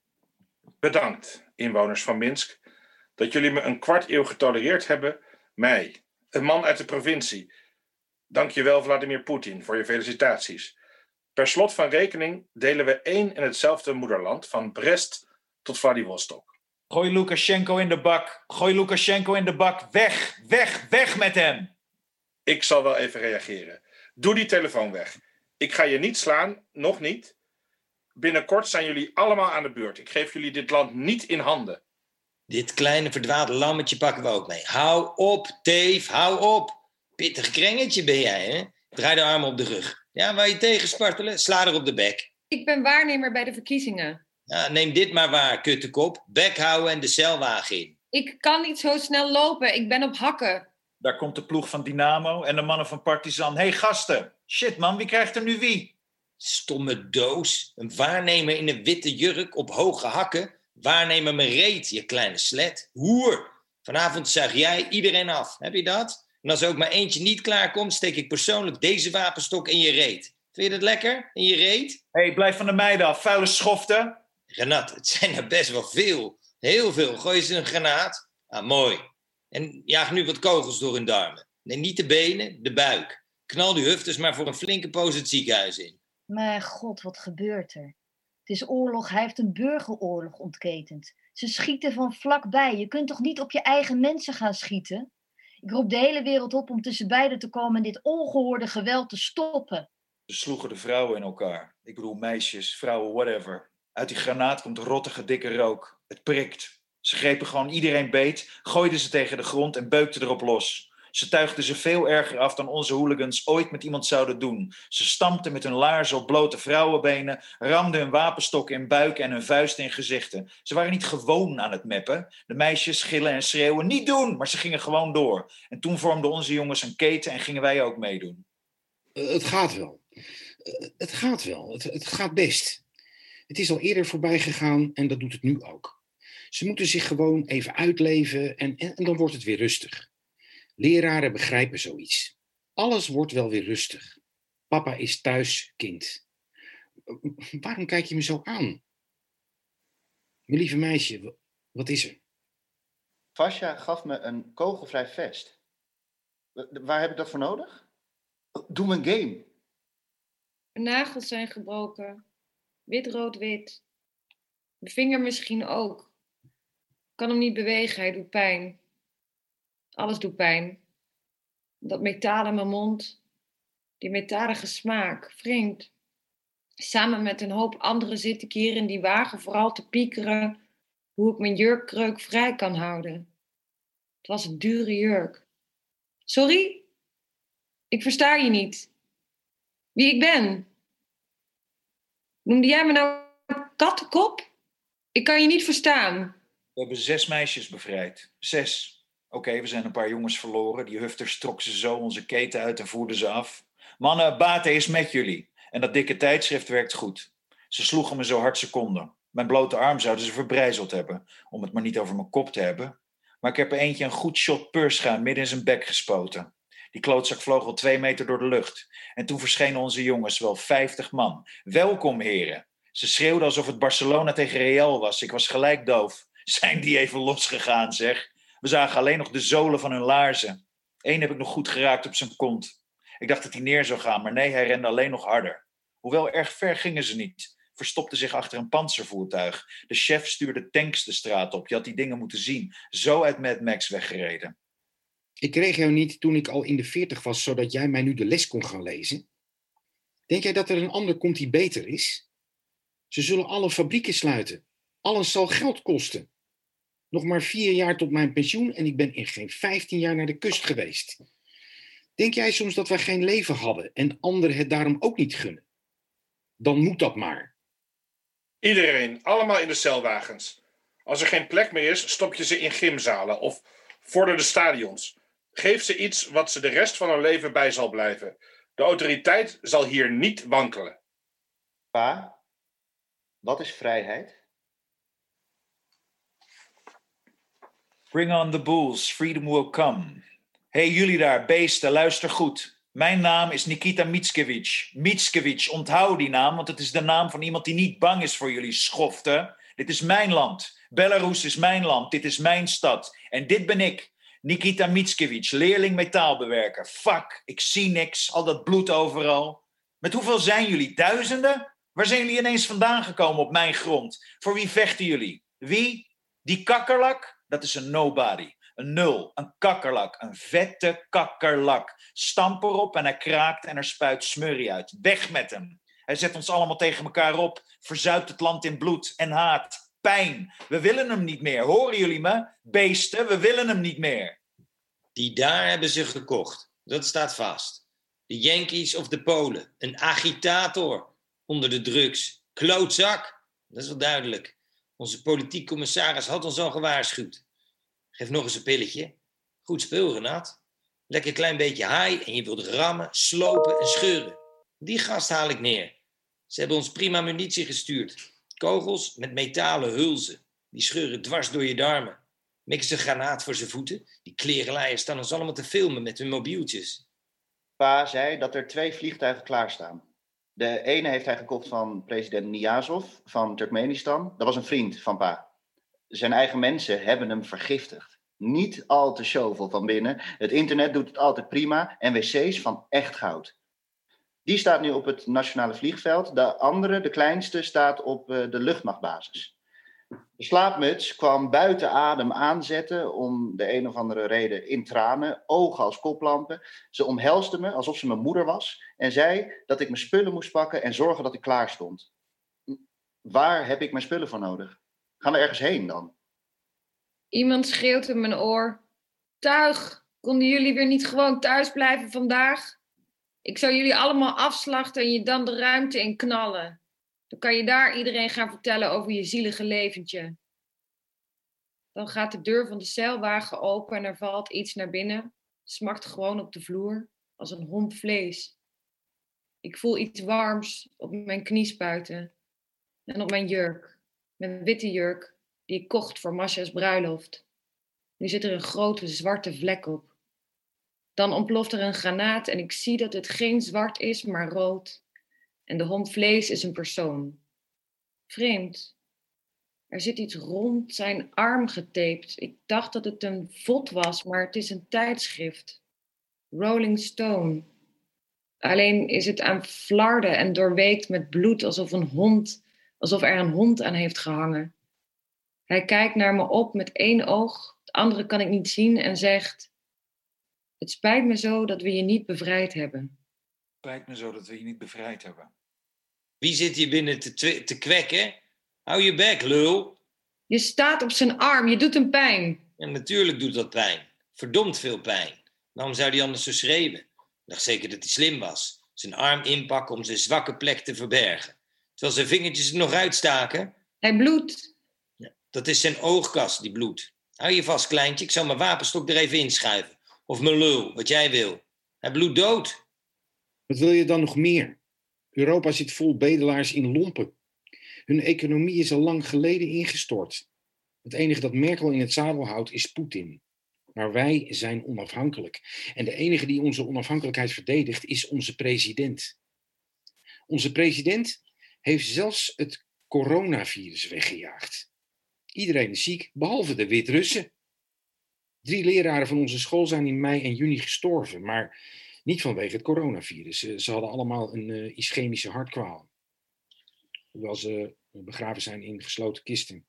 Bedankt, inwoners van Minsk, dat jullie me een kwart eeuw getolereerd hebben. Mij, een man uit de provincie. Dank je wel, Vladimir Poetin, voor je felicitaties. Per slot van rekening delen we één en hetzelfde moederland, van Brest tot Vladivostok. Gooi Lukashenko in de bak. Gooi Lukashenko in de bak. Weg, weg, weg met hem. Ik zal wel even reageren. Doe die telefoon weg. Ik ga je niet slaan, nog niet. Binnenkort zijn jullie allemaal aan de beurt. Ik geef jullie dit land niet in handen. Dit kleine verdwaalde lammetje pakken we ook mee. Hou op, Dave, hou op. Pittig krengetje ben jij, hè? Draai de armen op de rug. Ja, waar je tegen spartelen, sla er op de bek. Ik ben waarnemer bij de verkiezingen. Ja, neem dit maar waar, kuttekop. Bek houden en de celwagen in. Ik kan niet zo snel lopen. Ik ben op hakken. Daar komt de ploeg van Dynamo en de mannen van Partizan. Hé, gasten. Shit, man, wie krijgt er nu wie? Stomme doos. Een waarnemer in een witte jurk op hoge hakken. Waarnemer me reet, je kleine slet. Hoer. Vanavond zuig jij iedereen af. Heb je dat? En als er ook maar eentje niet klaarkomt, steek ik persoonlijk deze wapenstok in je reet. Vind je dat lekker? In je reet? Hé, blijf van de meiden af, vuile schoften. Renat, het zijn er best wel veel. Heel veel. Gooi ze een granaat. Ah, mooi. En jaag nu wat kogels door hun darmen. Nee, niet de benen, de buik. Knal die hufters maar voor een flinke poos het ziekenhuis in. Mijn god, wat gebeurt er? Het is oorlog, hij heeft een burgeroorlog ontketend. Ze schieten van vlakbij. Je kunt toch niet op je eigen mensen gaan schieten? Ik roep de hele wereld op om tussen beiden te komen en dit ongehoorde geweld te stoppen. Ze sloegen de vrouwen in elkaar. Ik bedoel meisjes, vrouwen, whatever. Uit die granaat komt rottige, dikke rook. Het prikt. Ze grepen gewoon iedereen beet, gooiden ze tegen de grond en beukten erop los. Ze tuigden ze veel erger af dan onze hooligans ooit met iemand zouden doen. Ze stampten met hun laarzen op blote vrouwenbenen, ramden hun wapenstokken in buiken en hun vuisten in gezichten. Ze waren niet gewoon aan het meppen. De meisjes gillen en schreeuwen, niet doen, maar ze gingen gewoon door. En toen vormden onze jongens een keten en gingen wij ook meedoen. Het gaat wel. Het gaat wel. Het gaat best. Het is al eerder voorbij gegaan en dat doet het nu ook. Ze moeten zich gewoon even uitleven en dan wordt het weer rustig. Leraren begrijpen zoiets. Alles wordt wel weer rustig. Papa is thuis, kind. Waarom kijk je me zo aan? Mijn lieve meisje, wat is er? Vasja gaf me een kogelvrij vest. Waar heb ik dat voor nodig? Doe mijn game. Mijn nagels zijn gebroken. Wit, rood, wit. Mijn vinger misschien ook. Ik kan hem niet bewegen, hij doet pijn. Alles doet pijn. Dat metaal in mijn mond. Die metalige smaak. Vreemd. Samen met een hoop anderen zit ik hier in die wagen vooral te piekeren hoe ik mijn jurkkreuk vrij kan houden. Het was een dure jurk. Sorry? Ik versta je niet. Wie ik ben? Noemde jij me nou kattenkop? Ik kan je niet verstaan. We hebben 6 meisjes bevrijd. 6. Oké, we zijn een paar jongens verloren. Die hufters trokken ze zo onze keten uit en voerden ze af. Mannen, Bate is met jullie. En dat dikke tijdschrift werkt goed. Ze sloegen me zo hard ze konden. Mijn blote arm zouden ze verbrijzeld hebben. Om het maar niet over mijn kop te hebben. Maar ik heb er eentje een goed shot peurschuim midden in zijn bek gespoten. Die klootzak vloog al 2 meter door de lucht. En toen verschenen onze jongens, wel 50 man. Welkom, heren. Ze schreeuwden alsof het Barcelona tegen Real was. Ik was gelijk doof. Zijn die even losgegaan, zeg. We zagen alleen nog de zolen van hun laarzen. Eén heb ik nog goed geraakt op zijn kont. Ik dacht dat hij neer zou gaan, maar nee, hij rende alleen nog harder. Hoewel erg ver gingen ze niet. Verstopten zich achter een pantservoertuig. De chef stuurde tanks de straat op. Je had die dingen moeten zien. Zo uit Mad Max weggereden. Ik kreeg jou niet toen ik al in de 40 was, zodat jij mij nu de les kon gaan lezen. Denk jij dat er een ander komt die beter is? Ze zullen alle fabrieken sluiten. Alles zal geld kosten. Nog maar 4 jaar tot mijn pensioen en ik ben in geen 15 jaar naar de kust geweest. Denk jij soms dat wij geen leven hadden en anderen het daarom ook niet gunnen? Dan moet dat maar. Iedereen, allemaal in de celwagens. Als er geen plek meer is, stop je ze in gymzalen of vorder de stadions. Geef ze iets wat ze de rest van hun leven bij zal blijven. De autoriteit zal hier niet wankelen. Pa, wat is vrijheid? Bring on the bulls, freedom will come. Hey, jullie daar, beesten, luister goed. Mijn naam is Nikita Mickiewicz. Mickiewicz, onthoud die naam, want het is de naam van iemand die niet bang is voor jullie schoften. Dit is mijn land. Belarus is mijn land. Dit is mijn stad. En dit ben ik. Nikita Mickiewicz, leerling metaalbewerker. Fuck, ik zie niks. Al dat bloed overal. Met hoeveel zijn jullie? Duizenden? Waar zijn jullie ineens vandaan gekomen op mijn grond? Voor wie vechten jullie? Wie? Die kakkerlak? Dat is een nobody. Een nul, een kakkerlak, een vette kakkerlak. Stamp erop en hij kraakt en er spuit smurrie uit. Weg met hem. Hij zet ons allemaal tegen elkaar op, verzuipt het land in bloed en haat. Pijn. We willen hem niet meer. Horen jullie me? Beesten, we willen hem niet meer. Die daar hebben ze gekocht. Dat staat vast. De Yankees of de Polen. Een agitator onder de drugs. Klootzak. Dat is wel duidelijk. Onze politiek commissaris had ons al gewaarschuwd. Geef nog eens een pilletje. Goed spul, Renat. Lekker klein beetje haai en je wilt rammen, slopen en scheuren. Die gast haal ik neer. Ze hebben ons prima munitie gestuurd. Kogels met metalen hulzen. Die scheuren dwars door je darmen. Mikken ze een granaat voor zijn voeten. Die klerenleiers staan ons allemaal te filmen met hun mobieltjes. Pa zei dat er 2 vliegtuigen klaarstaan. De ene heeft hij gekocht van president Niyazov van Turkmenistan. Dat was een vriend van pa. Zijn eigen mensen hebben hem vergiftigd. Niet al te showvol van binnen. Het internet doet het altijd prima. En wc's van echt goud. Die staat nu op het nationale vliegveld. De andere, de kleinste, staat op de luchtmachtbasis. De slaapmuts kwam buiten adem aanzetten om de een of andere reden in tranen, ogen als koplampen. Ze omhelsde me alsof ze mijn moeder was en zei dat ik mijn spullen moest pakken en zorgen dat ik klaar stond. Waar heb ik mijn spullen voor nodig? Gaan we ergens heen dan? Iemand schreeuwt in mijn oor. Tuig, konden jullie weer niet gewoon thuis blijven vandaag? Ik zou jullie allemaal afslachten en je dan de ruimte in knallen. Dan kan je daar iedereen gaan vertellen over je zielige leventje. Dan gaat de deur van de zeilwagen open en er valt iets naar binnen. Smakt gewoon op de vloer, als een homp vlees. Ik voel iets warms op mijn kniespuiten. En op mijn jurk. Mijn witte jurk, die ik kocht voor Masha's bruiloft. Nu zit er een grote zwarte vlek op. Dan ontploft er een granaat en ik zie dat het geen zwart is, maar rood. En de homp vlees is een persoon. Vreemd. Er zit iets rond zijn arm getaped. Ik dacht dat het een vod was, maar het is een tijdschrift. Rolling Stone. Alleen is het aan flarden en doorweekt met bloed alsof er een hond aan heeft gehangen. Hij kijkt naar me op met 1 oog, het andere kan ik niet zien en zegt: het spijt me zo dat we je niet bevrijd hebben. Spijt me zo dat we je niet bevrijd hebben. Wie zit hier binnen te kwekken? Hou je bek, lul. Je staat op zijn arm, je doet hem pijn. Ja, natuurlijk doet dat pijn. Verdomd veel pijn. Waarom zou hij anders zo schreeuwen? Ik dacht zeker dat hij slim was. Zijn arm inpakken om zijn zwakke plek te verbergen. Terwijl zijn vingertjes er nog uitstaken. Hij bloedt. Ja, dat is zijn oogkas die bloedt. Hou je vast, kleintje. Ik zal mijn wapenstok er even inschuiven. Of mijn lul, wat jij wil. Hij bloedt dood. Wat wil je dan nog meer? Europa zit vol bedelaars in lompen. Hun economie is al lang geleden ingestort. Het enige dat Merkel in het zadel houdt is Poetin. Maar wij zijn onafhankelijk. En de enige die onze onafhankelijkheid verdedigt is onze president. Onze president heeft zelfs het coronavirus weggejaagd. Iedereen is ziek, behalve de Wit-Russen. 3 leraren van onze school zijn in mei en juni gestorven, maar niet vanwege het coronavirus. Ze hadden allemaal een ischemische hartkwaal. Hoewel ze begraven zijn in gesloten kisten.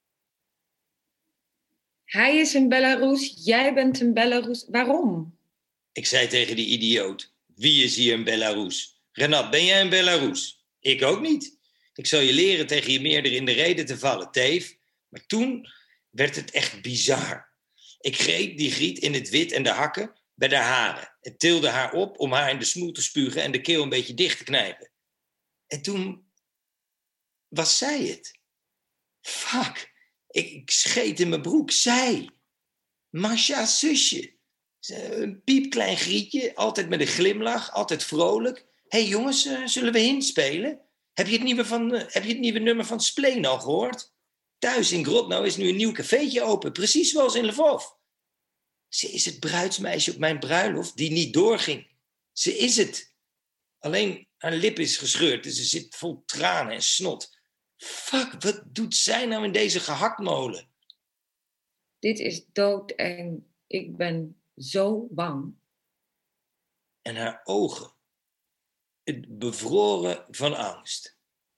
Hij is in Belarus, jij bent in Belarus. Waarom? Ik zei tegen die idioot: wie is hier in Belarus? Renat, ben jij in Belarus? Ik ook niet. Ik zal je leren tegen je meerder in de reden te vallen, teef. Maar toen werd het echt bizar. Ik greep die griet in het wit en de hakken bij de haren. En tilde haar op om haar in de smoel te spugen en de keel een beetje dicht te knijpen. En toen was zij het. Fuck. Ik scheet in mijn broek. Zij. Masha's zusje. Een piepklein grietje, altijd met een glimlach, altijd vrolijk. Hé jongens, zullen we inspelen? Heb je het nieuwe nummer van Spleen al gehoord? Thuis in Grodno is nu een nieuw cafeetje open, precies zoals in Lvov. Ze is het bruidsmeisje op mijn bruiloft die niet doorging. Ze is het. Alleen haar lip is gescheurd en ze zit vol tranen en snot. Fuck, wat doet zij nou in deze gehaktmolen? Dit is doodeng. Ik ben zo bang. En haar ogen. Het bevroren van angst.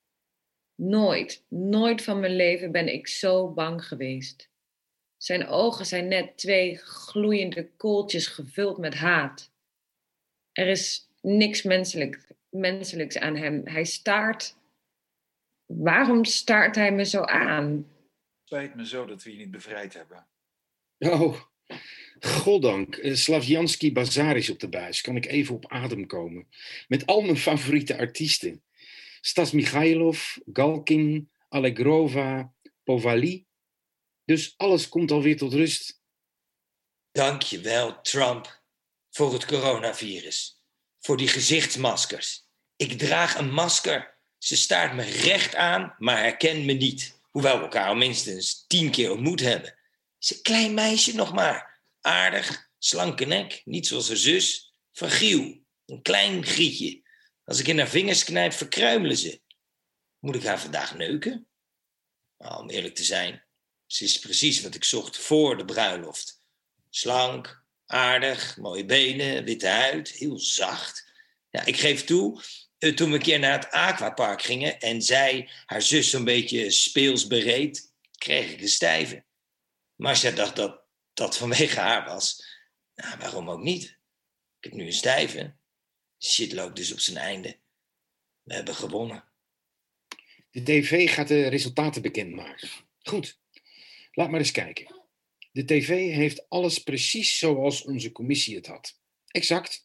Nooit van mijn leven ben ik zo bang geweest. Zijn ogen zijn net 2 gloeiende kooltjes gevuld met haat. Er is niks menselijks aan hem. Hij staart. Waarom staart hij me zo aan? Spijt me zo dat we je niet bevrijd hebben. Oh, goddank. Slavjanski Bazar is op de buis. Kan ik even op adem komen. Met al mijn favoriete artiesten. Stas Michailov, Galkin, Allegrova, Povali. Dus alles komt alweer tot rust. Dank je wel, Trump, voor het coronavirus. Voor die gezichtsmaskers. Ik draag een masker. Ze staart me recht aan, maar herkent me niet. Hoewel we elkaar al minstens 10 keer ontmoet hebben. Ze is een klein meisje nog maar. Aardig, slanke nek, niet zoals haar zus. Fragiel, een klein grietje. Als ik in haar vingers knijp, verkruimelen ze. Moet ik haar vandaag neuken? Nou, om eerlijk te zijn, ze is precies wat ik zocht voor de bruiloft. Slank, aardig, mooie benen, witte huid, heel zacht. Ja, ik geef toe, toen we een keer naar het aquapark gingen en zij haar zus zo'n beetje speels bereed, kreeg ik de stijve. Marcia dacht dat dat vanwege haar was. Nou, waarom ook niet? Ik heb nu een stijve. Shit loopt dus op zijn einde. We hebben gewonnen. De tv gaat de resultaten bekendmaken. Goed, laat maar eens kijken. De tv heeft alles precies zoals onze commissie het had. Exact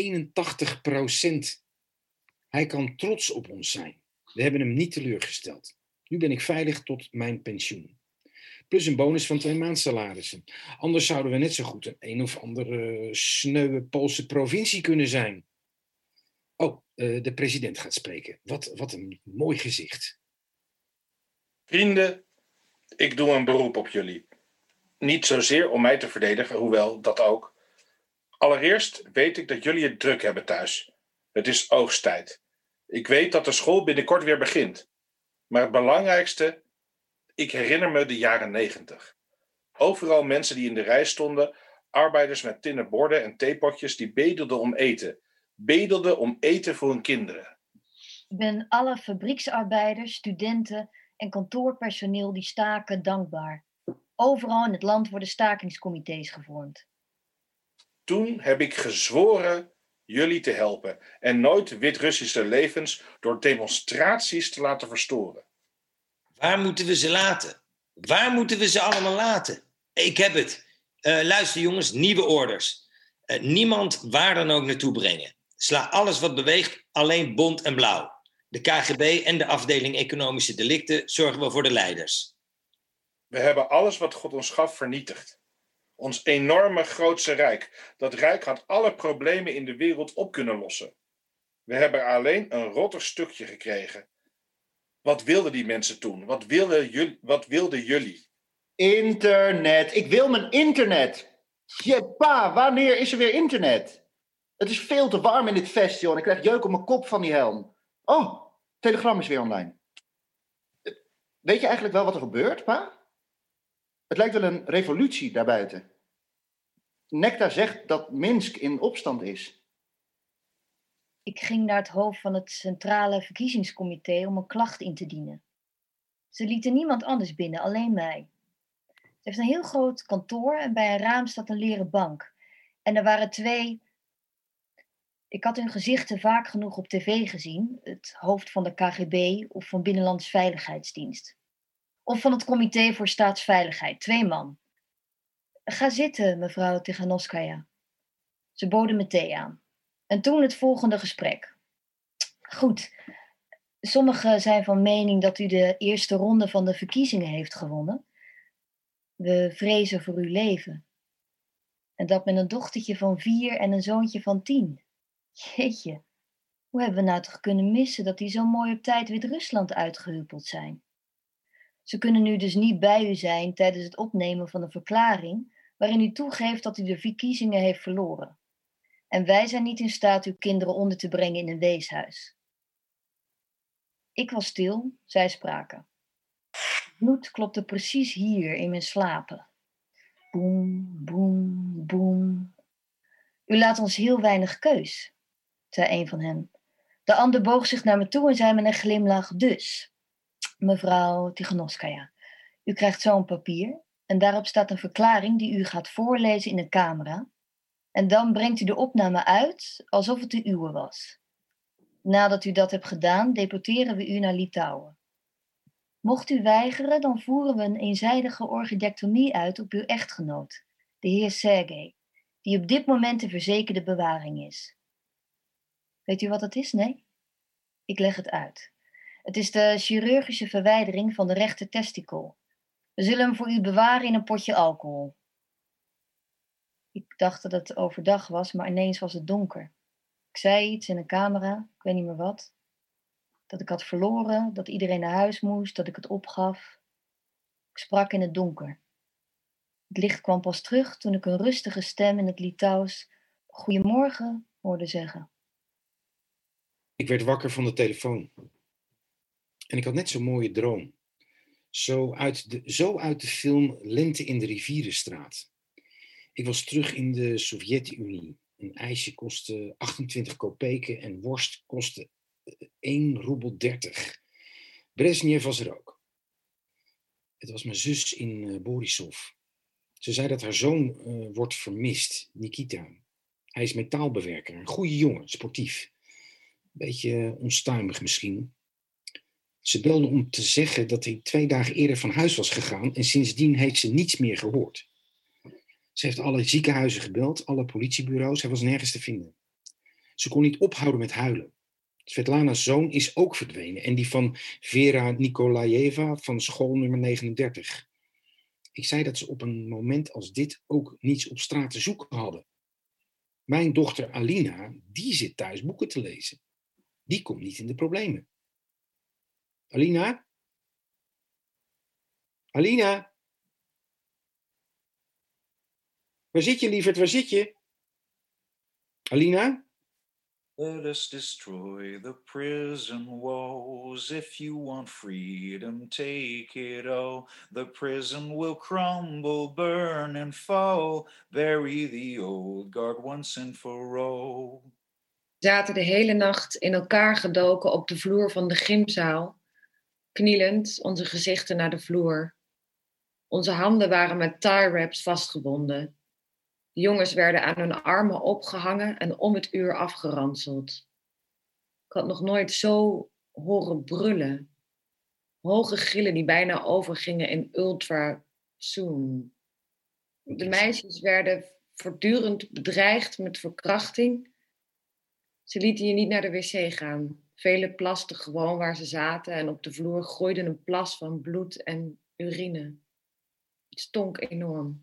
81%. Hij kan trots op ons zijn. We hebben hem niet teleurgesteld. Nu ben ik veilig tot mijn pensioen. Plus een bonus van 2 maandsalarissen. Anders zouden we net zo goed een of andere sneuwe Poolse provincie kunnen zijn. Oh, de president gaat spreken. Wat een mooi gezicht. Vrienden, ik doe een beroep op jullie. Niet zozeer om mij te verdedigen, hoewel dat ook. Allereerst weet ik dat jullie het druk hebben thuis. Het is oogsttijd. Ik weet dat de school binnenkort weer begint. Maar het belangrijkste, ik herinner me de jaren 90. Overal mensen die in de rij stonden, arbeiders met tinnen borden en theepotjes die bedelden om eten. Bedelden om eten voor hun kinderen. Ik ben alle fabrieksarbeiders, studenten en kantoorpersoneel die staken dankbaar. Overal in het land worden stakingscomité's gevormd. Toen heb ik gezworen jullie te helpen en nooit Wit-Russische levens door demonstraties te laten verstoren. Waar moeten we ze laten? Waar moeten we ze allemaal laten? Ik heb het. Luister jongens, nieuwe orders. Niemand waar dan ook naartoe brengen. Sla alles wat beweegt, alleen bont en blauw. De KGB en de afdeling economische delicten zorgen wel voor de leiders. We hebben alles wat God ons gaf vernietigd. Ons enorme grootse rijk. Dat rijk had alle problemen in de wereld op kunnen lossen. We hebben alleen een rotter stukje gekregen. Wat wilden die mensen toen? Wat wilden jullie? Internet. Ik wil mijn internet. Pa, wanneer is er weer internet? Het is veel te warm in dit vest, joh. En ik krijg jeuk op mijn kop van die helm. Oh, Telegram is weer online. Weet je eigenlijk wel wat er gebeurt, pa? Het lijkt wel een revolutie daarbuiten. Nektar zegt dat Minsk in opstand is. Ik ging naar het hoofd van het Centrale Verkiezingscomité om een klacht in te dienen. Ze lieten niemand anders binnen, alleen mij. Ze heeft een heel groot kantoor en bij een raam staat een leren bank. En er waren 2... Ik had hun gezichten vaak genoeg op tv gezien. Het hoofd van de KGB of van Binnenlands Veiligheidsdienst. Of van het Comité voor Staatsveiligheid, 2 man. Ga zitten, mevrouw Tiganovskaya. Ze boden me thee aan. En toen het volgende gesprek. Goed, sommigen zijn van mening dat u de eerste ronde van de verkiezingen heeft gewonnen. We vrezen voor uw leven. En dat met een dochtertje van 4 en een zoontje van 10. Jeetje, hoe hebben we nou toch kunnen missen dat die zo mooi op tijd Wit-Rusland uitgehuppeld zijn? Ze kunnen nu dus niet bij u zijn tijdens het opnemen van een verklaring waarin u toegeeft dat u de verkiezingen heeft verloren. En wij zijn niet in staat uw kinderen onder te brengen in een weeshuis. Ik was stil, zij spraken. Bloed klopte precies hier in mijn slapen. Boem, boem, boem. U laat ons heel weinig keus, zei een van hen. De ander boog zich naar me toe en zei met een glimlach, dus, mevrouw Tiganovskaya, u krijgt zo een papier en daarop staat een verklaring die u gaat voorlezen in een camera en dan brengt u de opname uit alsof het de uwe was. Nadat u dat hebt gedaan, deporteren we u naar Litouwen. Mocht u weigeren, dan voeren we een eenzijdige orchidectomie uit op uw echtgenoot, de heer Sergej, die op dit moment de verzekerde bewaring is. Weet u wat het is? Nee? Ik leg het uit. Het is de chirurgische verwijdering van de rechter testikel. We zullen hem voor u bewaren in een potje alcohol. Ik dacht dat het overdag was, maar ineens was het donker. Ik zei iets in een camera, ik weet niet meer wat. Dat ik had verloren, dat iedereen naar huis moest, dat ik het opgaf. Ik sprak in het donker. Het licht kwam pas terug toen ik een rustige stem in het Litouws goedemorgen hoorde zeggen. Ik werd wakker van de telefoon. En ik had net zo'n mooie droom. Zo uit de film Lente in de Rivierenstraat. Ik was terug in de Sovjet-Unie. Een ijsje kostte 28 kopeken en worst kostte 1,30 roebel. Brezhnev was er ook. Het was mijn zus in Borisov. Ze zei dat haar zoon wordt vermist, Nikita. Hij is metaalbewerker, een goede jongen, sportief. Beetje onstuimig misschien. Ze belde om te zeggen dat hij 2 dagen eerder van huis was gegaan en sindsdien heeft ze niets meer gehoord. Ze heeft alle ziekenhuizen gebeld, alle politiebureaus, hij was nergens te vinden. Ze kon niet ophouden met huilen. Svetlana's zoon is ook verdwenen en die van Vera Nikolaeva van school nummer 39. Ik zei dat ze op een moment als dit ook niets op straat te zoeken hadden. Mijn dochter Alina, die zit thuis boeken te lezen. Die komt niet in de problemen. Alina? Alina? Waar zit je, lieverd? Waar zit je? Alina? Let us destroy the prison walls. If you want freedom, take it all. The prison will crumble, burn and fall. Bury the old guard once and for all. We zaten de hele nacht in elkaar gedoken op de vloer van de gymzaal, knielend, onze gezichten naar de vloer. Onze handen waren met tie-wraps vastgebonden. De jongens werden aan hun armen opgehangen en om het uur afgeranseld. Ik had nog nooit zo horen brullen. Hoge gillen die bijna overgingen in ultrasoon. De meisjes werden voortdurend bedreigd met verkrachting. Ze lieten je niet naar de wc gaan. Velen plasten gewoon waar ze zaten en op de vloer groeide een plas van bloed en urine. Het stonk enorm.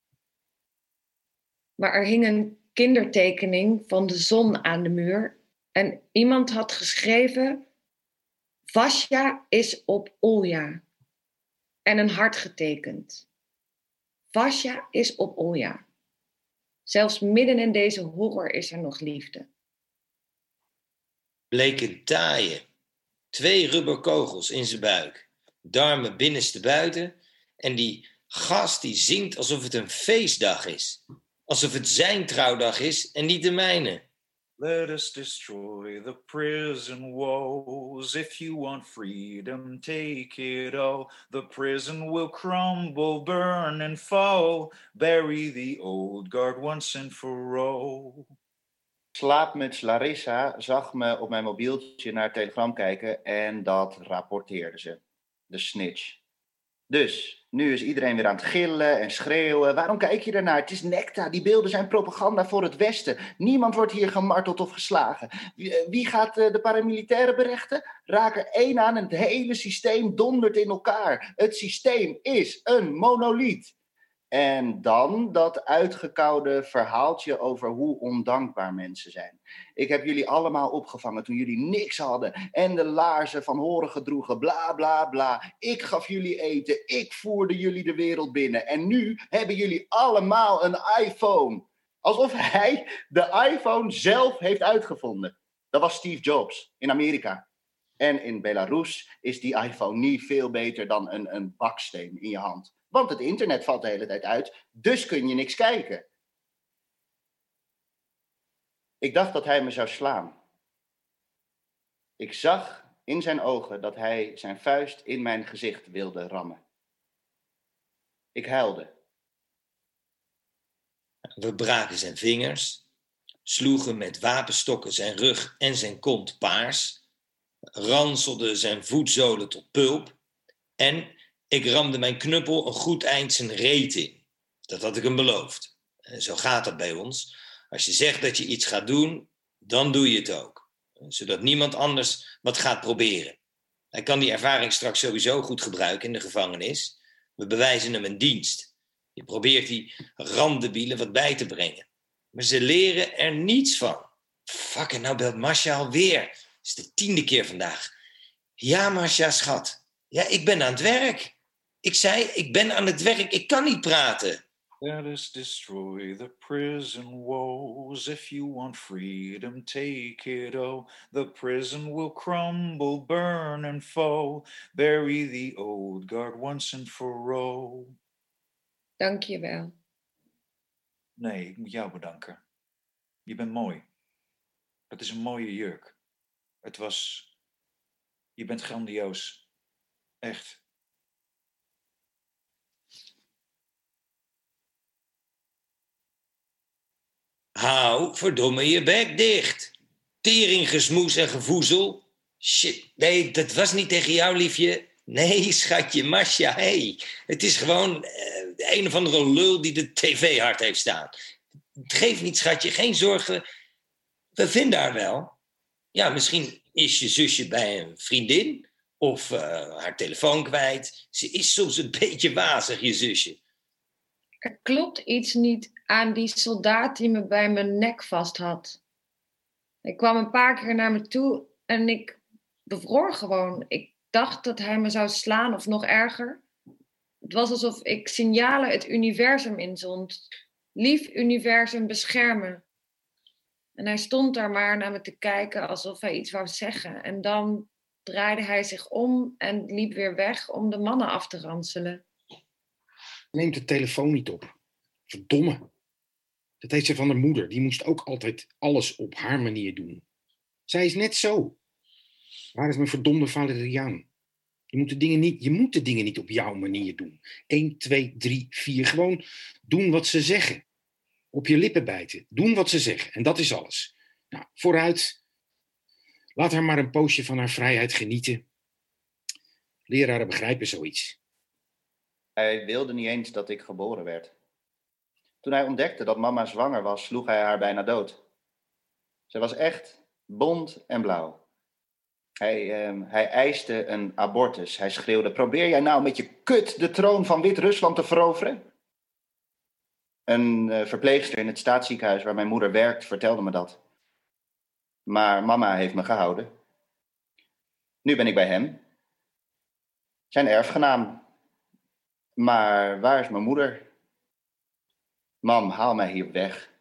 Maar er hing een kindertekening van de zon aan de muur en iemand had geschreven: Vasja is op Olja. En een hart getekend. Vasja is op Olja. Zelfs midden in deze horror is er nog liefde. Bleek een taaie. 2 rubberkogels in zijn buik. Darmen binnenste buiten. En die gast die zingt alsof het een feestdag is. Alsof het zijn trouwdag is en niet de mijne. Let us destroy the prison walls. If you want freedom, take it all. The prison will crumble, burn and fall. Bury the old guard once and for all. Slaapmuts Larissa zag me op mijn mobieltje naar Telegram kijken en dat rapporteerde ze. De snitch. Dus, nu is iedereen weer aan het gillen en schreeuwen. Waarom kijk je ernaar? Het is necta. Die beelden zijn propaganda voor het Westen. Niemand wordt hier gemarteld of geslagen. Wie gaat de paramilitairen berechten? Raak er 1 aan en het hele systeem dondert in elkaar. Het systeem is een monoliet. En dan dat uitgekoude verhaaltje over hoe ondankbaar mensen zijn. Ik heb jullie allemaal opgevangen toen jullie niks hadden. En de laarzen van horen droegen, bla bla bla. Ik gaf jullie eten, ik voerde jullie de wereld binnen. En nu hebben jullie allemaal een iPhone. Alsof hij de iPhone zelf heeft uitgevonden. Dat was Steve Jobs in Amerika. En in Belarus is die iPhone niet veel beter dan een baksteen in je hand. Want het internet valt de hele tijd uit, dus kun je niks kijken. Ik dacht dat hij me zou slaan. Ik zag in zijn ogen dat hij zijn vuist in mijn gezicht wilde rammen. Ik huilde. We braken zijn vingers, sloegen met wapenstokken zijn rug en zijn kont paars, ranselden zijn voetzolen tot pulp en ik ramde mijn knuppel een goed eind zijn reet in. Dat had ik hem beloofd. En zo gaat dat bij ons. Als je zegt dat je iets gaat doen, dan doe je het ook. Zodat niemand anders wat gaat proberen. Hij kan die ervaring straks sowieso goed gebruiken in de gevangenis. We bewijzen hem een dienst. Je probeert die randebielen wat bij te brengen. Maar ze leren er niets van. Fuck, en nou belt Masha alweer. Het is de 10e keer vandaag. Ja, Masha, schat. Ja, ik ben aan het werk. Ik zei, ik ben aan het werk. Ik kan niet praten. Let us destroy the prison walls. If you want freedom, take it all. The prison will crumble, burn and fall. Bury the old guard once and for all. Dank je wel. Nee, ik moet jou bedanken. Je bent mooi. Het is een mooie jurk. Je bent grandioos. Echt. Hou verdomme je bek dicht. Teringgesmoes en gevoezel. Shit, nee, dat was niet tegen jou, liefje. Nee, schatje, Masha, hey. Het is gewoon een of andere lul die de tv hard heeft staan. Geef niet, schatje, geen zorgen. We vinden haar wel. Ja, misschien is je zusje bij een vriendin. Of haar telefoon kwijt. Ze is soms een beetje wazig, je zusje. Er klopt iets niet aan die soldaat die me bij mijn nek vast had. Hij kwam een paar keer naar me toe en ik bevroor gewoon. Ik dacht dat hij me zou slaan of nog erger. Het was alsof ik signalen het universum inzond. Lief universum, bescherm me. En hij stond daar maar naar me te kijken alsof hij iets wou zeggen. En dan draaide hij zich om en liep weer weg om de mannen af te ranselen. Neemt de telefoon niet op. Verdomme. Dat heeft ze van haar moeder. Die moest ook altijd alles op haar manier doen. Zij is net zo. Waar is mijn verdomde Valeriaan? Je moet de dingen niet op jouw manier doen. 1, 2, 3, 4. Gewoon doen wat ze zeggen. Op je lippen bijten. Doen wat ze zeggen. En dat is alles. Nou, vooruit. Laat haar maar een poosje van haar vrijheid genieten. Leraren begrijpen zoiets. Hij wilde niet eens dat ik geboren werd. Toen hij ontdekte dat mama zwanger was, sloeg hij haar bijna dood. Ze was echt bont en blauw. Hij eiste een abortus. Hij schreeuwde, probeer jij nou met je kut de troon van Wit-Rusland te veroveren? Een verpleegster in het staatsziekenhuis waar mijn moeder werkt vertelde me dat. Maar mama heeft me gehouden. Nu ben ik bij hem. Zijn erfgenaam. Maar waar is mijn moeder? Mam, haal mij hier weg.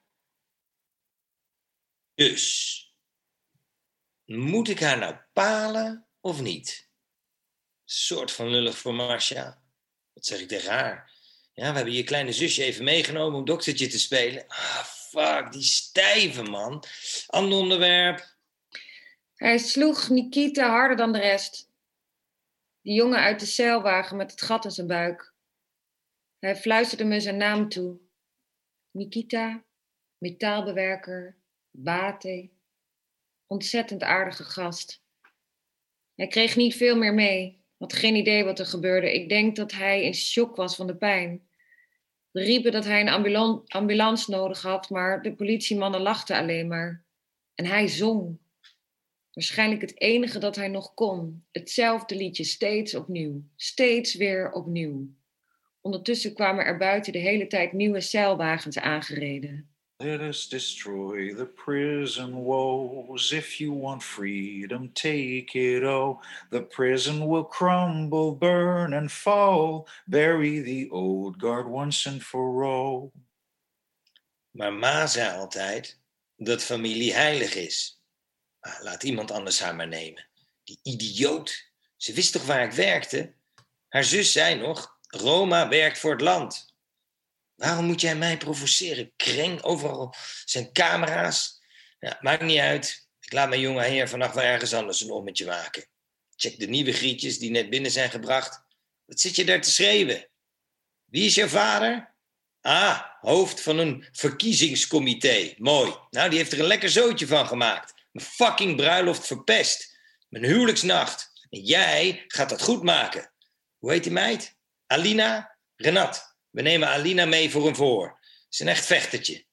Dus, moet ik haar nou palen of niet? Soort van lullig voor Masha. Wat zeg ik tegen haar? Ja, we hebben je kleine zusje even meegenomen om doktertje te spelen. Ah, fuck, die stijve man. Ander onderwerp. Hij sloeg Nikita harder dan de rest. Die jongen uit de zeilwagen met het gat in zijn buik. Hij fluisterde me zijn naam toe. Nikita, metaalbewerker, Bate. Ontzettend aardige gast. Hij kreeg niet veel meer mee. Had geen idee wat er gebeurde. Ik denk dat hij in shock was van de pijn. We riepen dat hij een ambulance nodig had, maar de politiemannen lachten alleen maar. En hij zong. Waarschijnlijk het enige dat hij nog kon. Hetzelfde liedje, steeds opnieuw. Steeds weer opnieuw. Ondertussen kwamen er buiten de hele tijd nieuwe zeilwagens aangereden. Let us destroy the prison walls. If you want freedom, take it all. The prison will crumble, burn and fall. Bury the old guard once and for all. Maar ma zei altijd dat familie heilig is. Maar laat iemand anders haar maar nemen. Die idioot. Ze wist toch waar ik werkte? Haar zus zei nog, Roma werkt voor het land. Waarom moet jij mij provoceren? Kreng, overal zijn camera's. Ja, maakt niet uit. Ik laat mijn jonge heer vannacht wel ergens anders een ommetje maken. Check de nieuwe grietjes die net binnen zijn gebracht. Wat zit je daar te schreeuwen? Wie is jouw vader? Ah, hoofd van een verkiezingscomité. Mooi. Nou, die heeft er een lekker zootje van gemaakt. Mijn fucking bruiloft verpest. Mijn huwelijksnacht. En jij gaat dat goed maken. Hoe heet die meid? Alina? Renat. We nemen Alina mee voor een voor. Ze is een echt vechtertje.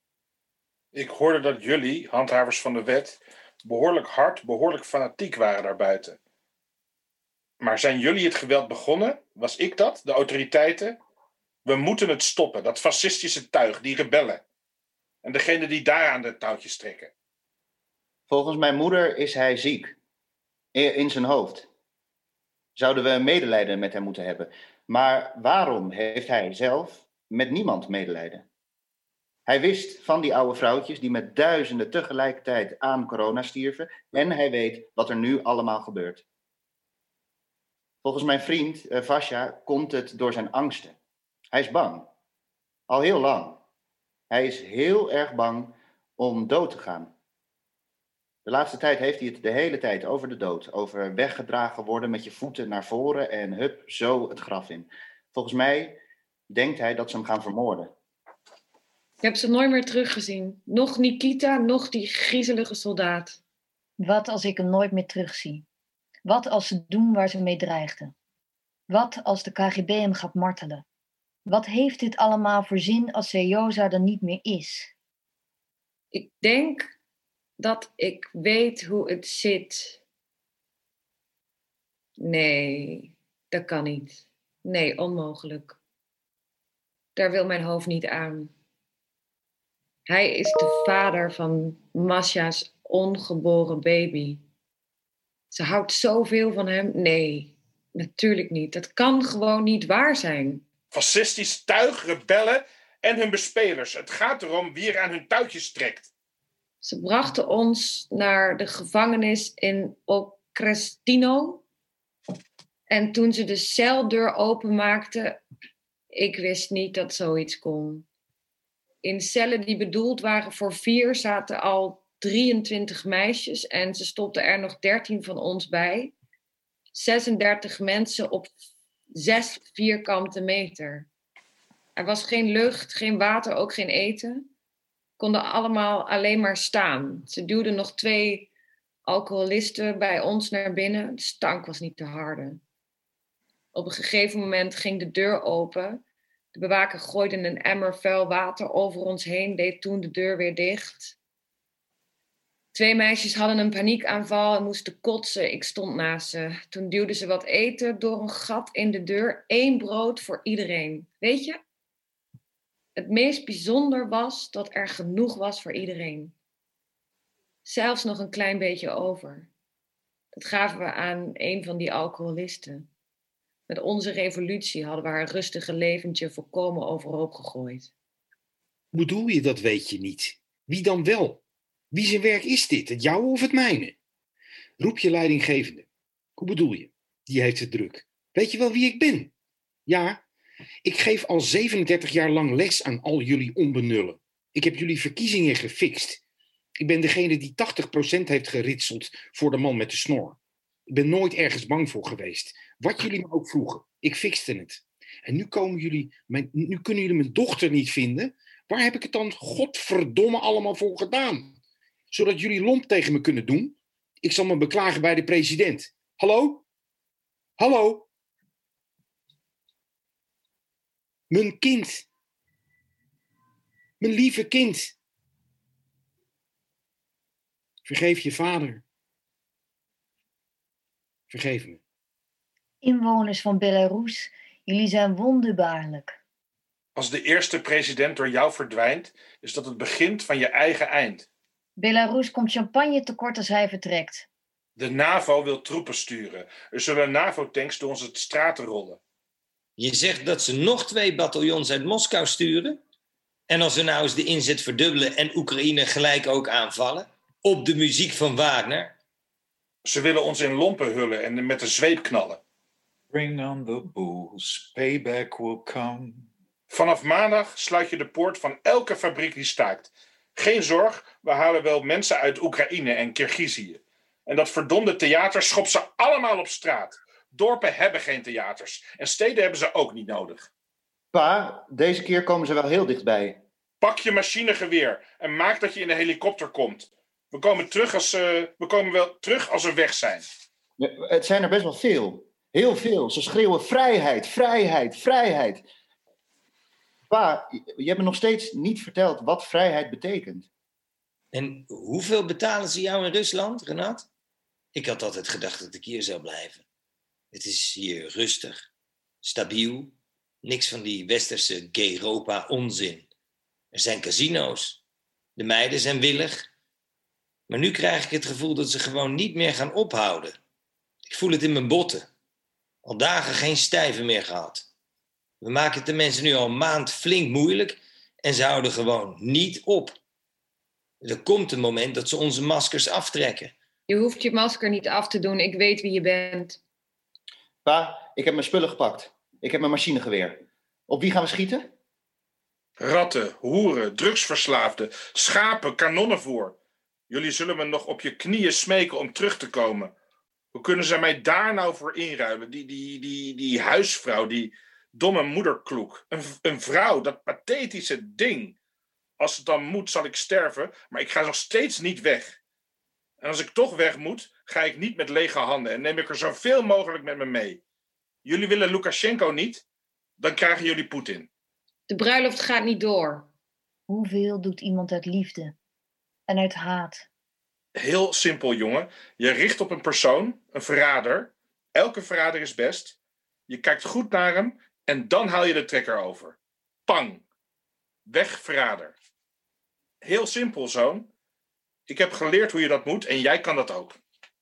Ik hoorde dat jullie, handhavers van de wet, behoorlijk hard, behoorlijk fanatiek waren daarbuiten. Maar zijn jullie het geweld begonnen? Was ik dat? De autoriteiten? We moeten het stoppen, dat fascistische tuig, die rebellen. En degene die daar aan de touwtjes trekken. Volgens mijn moeder is hij ziek. In zijn hoofd. Zouden we medelijden met hem moeten hebben. Maar waarom heeft hij zelf met niemand medelijden? Hij wist van die oude vrouwtjes die met duizenden tegelijkertijd aan corona stierven. En hij weet wat er nu allemaal gebeurt. Volgens mijn vriend Vasja komt het door zijn angsten. Hij is bang. Al heel lang. Hij is heel erg bang om dood te gaan. De laatste tijd heeft hij het de hele tijd over de dood. Over weggedragen worden met je voeten naar voren en hup, zo het graf in. Volgens mij denkt hij dat ze hem gaan vermoorden. Ik heb ze nooit meer teruggezien. Nog Nikita, nog die griezelige soldaat. Wat als ik hem nooit meer terugzie? Wat als ze doen waar ze mee dreigden? Wat als de KGB hem gaat martelen? Wat heeft dit allemaal voor zin als Sejoza er niet meer is? Ik denk dat ik weet hoe het zit. Nee, dat kan niet. Nee, onmogelijk. Daar wil mijn hoofd niet aan. Hij is de vader van Masja's ongeboren baby. Ze houdt zoveel van hem. Nee, natuurlijk niet. Dat kan gewoon niet waar zijn. Fascistisch tuig, rebellen en hun bespelers. Het gaat erom wie er aan hun touwtjes trekt. Ze brachten ons naar de gevangenis in Okrestino. En toen ze de celdeur openmaakten, ik wist niet dat zoiets kon. In cellen die bedoeld waren voor 4 zaten al 23 meisjes en ze stopten er nog 13 van ons bij. 36 mensen op 6 vierkante meter. Er was geen lucht, geen water, ook geen eten. Konden allemaal alleen maar staan. Ze duwden nog 2 alcoholisten bij ons naar binnen. De stank was niet te harde. Op een gegeven moment ging de deur open. De bewaker gooide een emmer vuil water over ons heen, deed toen de deur weer dicht. 2 meisjes hadden een paniekaanval en moesten kotsen. Ik stond naast ze. Toen duwden ze wat eten door een gat in de deur. 1 brood voor iedereen. Weet je? Het meest bijzonder was dat er genoeg was voor iedereen. Zelfs nog een klein beetje over. Dat gaven we aan een van die alcoholisten. Met onze revolutie hadden we haar rustige leventje volkomen overhoop gegooid. Hoe bedoel je dat weet je niet? Wie dan wel? Wie zijn werk is dit? Het jouwe of het mijne? Roep je leidinggevende. Hoe bedoel je? Die heeft het druk. Weet je wel wie ik ben? Ja, ik geef al 37 jaar lang les aan al jullie onbenullen. Ik heb jullie verkiezingen gefixt. Ik ben degene die 80% heeft geritseld voor de man met de snor. Ik ben nooit ergens bang voor geweest. Wat jullie me ook vroegen. Ik fixte het. En nu kunnen jullie mijn dochter niet vinden. Waar heb ik het dan godverdomme allemaal voor gedaan? Zodat jullie lomp tegen me kunnen doen. Ik zal me beklagen bij de president. Hallo? Hallo? Mijn kind. Mijn lieve kind. Vergeef je vader. Vergeef me. Inwoners van Belarus, jullie zijn wonderbaarlijk. Als de eerste president door jou verdwijnt, is dat het begin van je eigen eind. Belarus komt champagne tekort als hij vertrekt. De NAVO wil troepen sturen. Er zullen NAVO-tanks door onze straten rollen. Je zegt dat ze nog 2 bataljons uit Moskou sturen? En als we nou eens de inzet verdubbelen en Oekraïne gelijk ook aanvallen? Op de muziek van Wagner? Ze willen ons in lompen hullen en met de zweep knallen. Bring on the bulls, payback will come. Vanaf maandag sluit je de poort van elke fabriek die staakt. Geen zorg, we halen wel mensen uit Oekraïne en Kirgizië. En dat verdomde theater schopt ze allemaal op straat. Dorpen hebben geen theaters. En steden hebben ze ook niet nodig. Pa, deze keer komen ze wel heel dichtbij. Pak je machinegeweer en maak dat je in de helikopter komt. We komen wel terug als we weg zijn. Ja, het zijn er best wel veel. Heel veel. Ze schreeuwen vrijheid, vrijheid, vrijheid. Pa, je hebt me nog steeds niet verteld wat vrijheid betekent. En hoeveel betalen ze jou in Rusland, Renat? Ik had altijd gedacht dat ik hier zou blijven. Het is hier rustig, stabiel, niks van die westerse Europa-onzin. Er zijn casino's, de meiden zijn willig. Maar nu krijg ik het gevoel dat ze gewoon niet meer gaan ophouden. Ik voel het in mijn botten. Al dagen geen stijven meer gehad. We maken het de mensen nu al een maand flink moeilijk en ze houden gewoon niet op. Er komt een moment dat ze onze maskers aftrekken. Je hoeft je masker niet af te doen, ik weet wie je bent. Pa, ik heb mijn spullen gepakt. Ik heb mijn machinegeweer. Op wie gaan we schieten? Ratten, hoeren, drugsverslaafden, schapen, kanonnenvoer. Jullie zullen me nog op je knieën smeken om terug te komen. Hoe kunnen ze mij daar nou voor inruilen? Die huisvrouw, die domme moederkloek. Een vrouw, dat pathetische ding. Als het dan moet, zal ik sterven, maar ik ga nog steeds niet weg. En als ik toch weg moet, ga ik niet met lege handen en neem ik er zoveel mogelijk met me mee. Jullie willen Lukashenko niet? Dan krijgen jullie Poetin. De bruiloft gaat niet door. Hoeveel doet iemand uit liefde en uit haat? Heel simpel, jongen. Je richt op een persoon, een verrader. Elke verrader is best. Je kijkt goed naar hem en dan haal je de trekker over. Pang. Weg, verrader. Heel simpel, zoon. Ik heb geleerd hoe je dat moet en jij kan dat ook.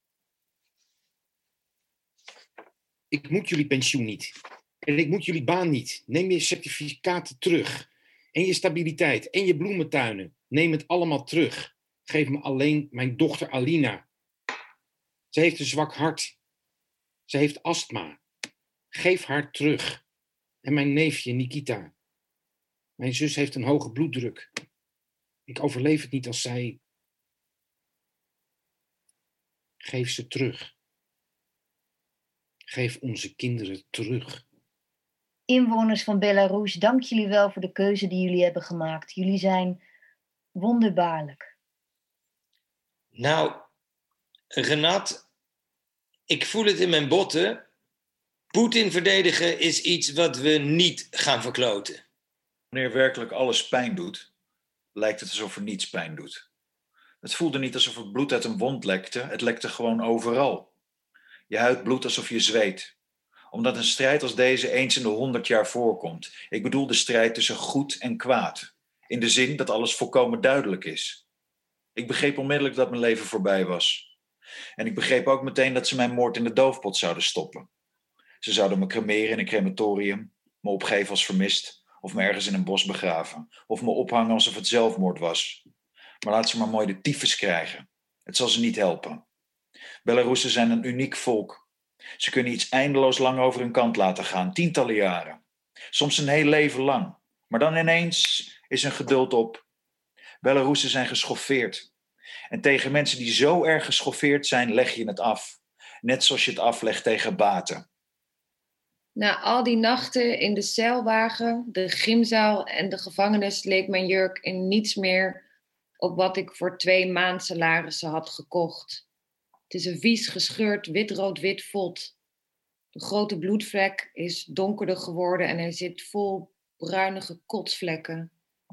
Ik moet jullie pensioen niet. En ik moet jullie baan niet. Neem je certificaten terug. En je stabiliteit. En je bloementuinen. Neem het allemaal terug. Geef me alleen mijn dochter Alina. Ze heeft een zwak hart. Ze heeft astma. Geef haar terug. En mijn neefje Nikita. Mijn zus heeft een hoge bloeddruk. Ik overleef het niet als zij... Geef ze terug. Geef onze kinderen terug. Inwoners van Belarus, dank jullie wel voor de keuze die jullie hebben gemaakt. Jullie zijn wonderbaarlijk. Nou, Renat, ik voel het in mijn botten. Poetin verdedigen is iets wat we niet gaan verkloten. Wanneer werkelijk alles pijn doet, lijkt het alsof er niets pijn doet. Het voelde niet alsof er bloed uit een wond lekte, het lekte gewoon overal. Je huid bloedt alsof je zweet. Omdat een strijd als deze eens in de 100 jaar voorkomt. Ik bedoel de strijd tussen goed en kwaad. In de zin dat alles volkomen duidelijk is. Ik begreep onmiddellijk dat mijn leven voorbij was. En ik begreep ook meteen dat ze mijn moord in de doofpot zouden stoppen. Ze zouden me cremeren in een crematorium, me opgeven als vermist, of me ergens in een bos begraven, of me ophangen alsof het zelfmoord was. Maar laat ze maar mooi de tyfus krijgen. Het zal ze niet helpen. Belarussen zijn een uniek volk. Ze kunnen iets eindeloos lang over hun kant laten gaan, tientallen jaren. Soms een heel leven lang. Maar dan ineens is hun geduld op. Belarussen zijn geschoffeerd. En tegen mensen die zo erg geschoffeerd zijn, leg je het af. Net zoals je het aflegt tegen baten. Na al die nachten in de celwagen, de gymzaal en de gevangenis leek mijn jurk in niets meer op wat ik voor 2 maandsalarissen had gekocht. Het is een vies gescheurd wit-rood-wit vod. De grote bloedvlek is donkerder geworden en hij zit vol bruinige kotsvlekken.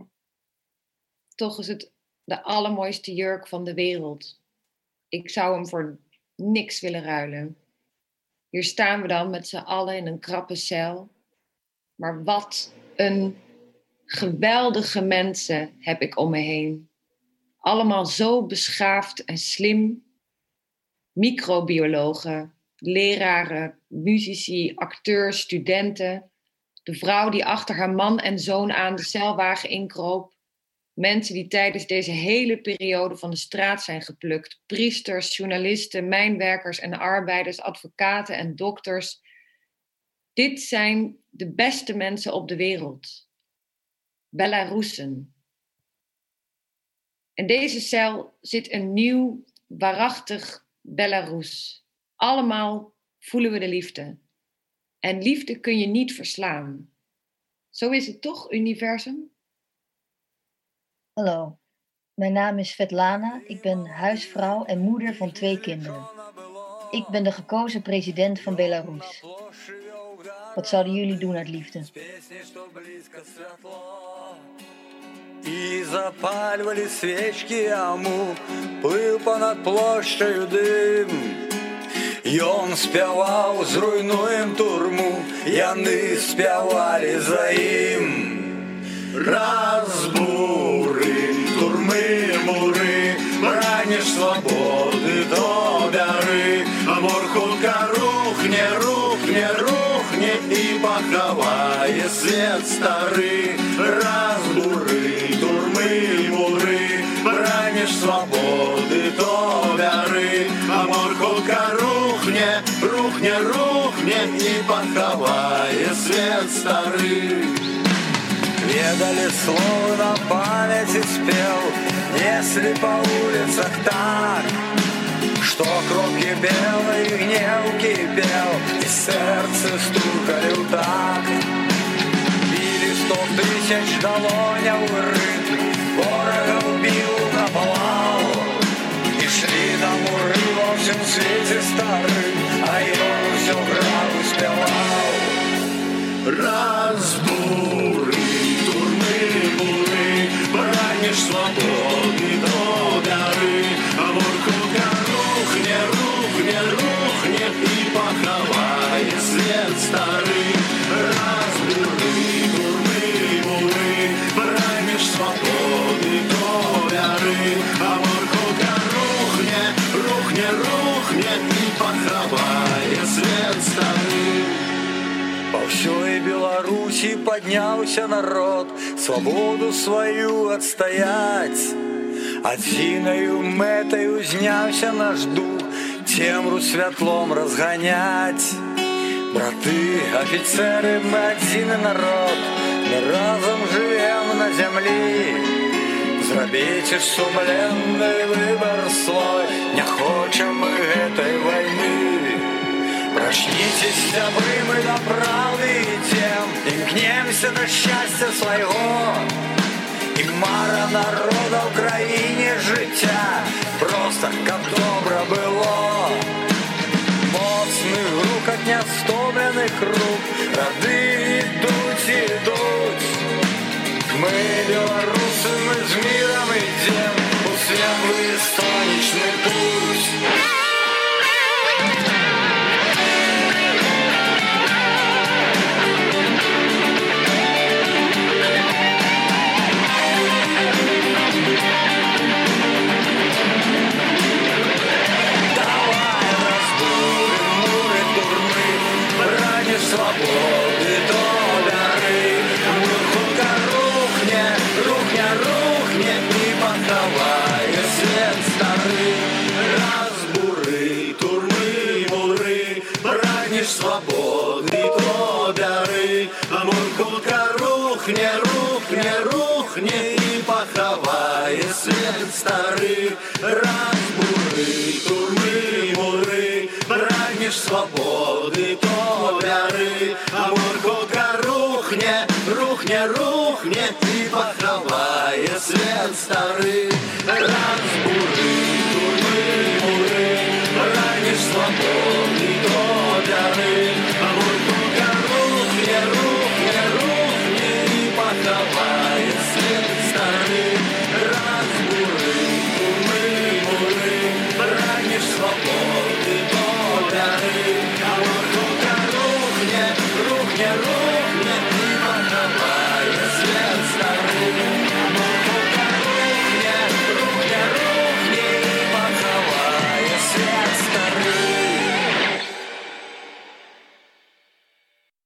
Toch is het de allermooiste jurk van de wereld. Ik zou hem voor niks willen ruilen. Hier staan we dan met z'n allen in een krappe cel. Maar wat een geweldige mensen heb ik om me heen. Allemaal zo beschaafd en slim. Microbiologen, leraren, muzici, acteurs, studenten. De vrouw die achter haar man en zoon aan de zeilwagen inkroop. Mensen die tijdens deze hele periode van de straat zijn geplukt. Priesters, journalisten, mijnwerkers en arbeiders, advocaten en dokters. Dit zijn de beste mensen op de wereld. Belarussen. In deze cel zit een nieuw, waarachtig Belarus. Allemaal voelen we de liefde. En liefde kun je niet verslaan. Zo is het toch, universum? Hallo, mijn naam is Svetlana. Ik ben huisvrouw en moeder van 2 kinderen. Ik ben de gekozen president van Belarus. Wat zouden jullie doen uit liefde? И запаливали свечки, аму плыл понад площадью дым. І он співав, зруйнуєм турму, яни співали за їм. Разбурим турми, мури, браниш свободи до дари. Амурхулка рухне, рухне, рухне і поховає світ старий. Разбури турми, мури, браниш свободи до дари. Амурхулка рухне, рухне, рухне і поховає світ старий. Ведали слово на памяти спел, несли по улицах так, что кровь кипела и гнев кипел, и сердце стукали в такт. Били 100 000 долоняв в ритм, ворога убил наповал, и шли домой во всем свете старым, а он все брал и спевал. Разбури турми-буры, бранишь свободы до горы, а муркулка рухне, рухне, рухне и поховает след старый. Разбури турми-буры, бранишь свободы до горы, а муркулка рухне, рухне, рухне и поховает след старый. По всей Беларуси поднялся народ, свободу свою отстоять. Одиною метою знявся наш дух, темру святлом разгонять. Браты, офицеры, мы один народ, мы разом живем на землі. Зробите сумленный выбор свой, не хочем мы этой войны. Прочнитесь, добры мы до правды идем, имкнемся до счастья своего. І мара народа в країні життя, просто как добро было. Моцных грукотня стомленных рук, роды идут, идут. Мы белорусы, мы с миром идем, у светлый солнечный путь. Свободы до горы, мурхулка рухне, рухне, рухне и поховая свет старый. Разбуры, турмы, муры, бранишь свободы до горы, а мурхулка рухне, рухне, рухне и поховая свет старый. Разбуры, турмы, муры, бранишь свободы до горы, а мурхулка рухне, рухне, рухне и поховая свет старый.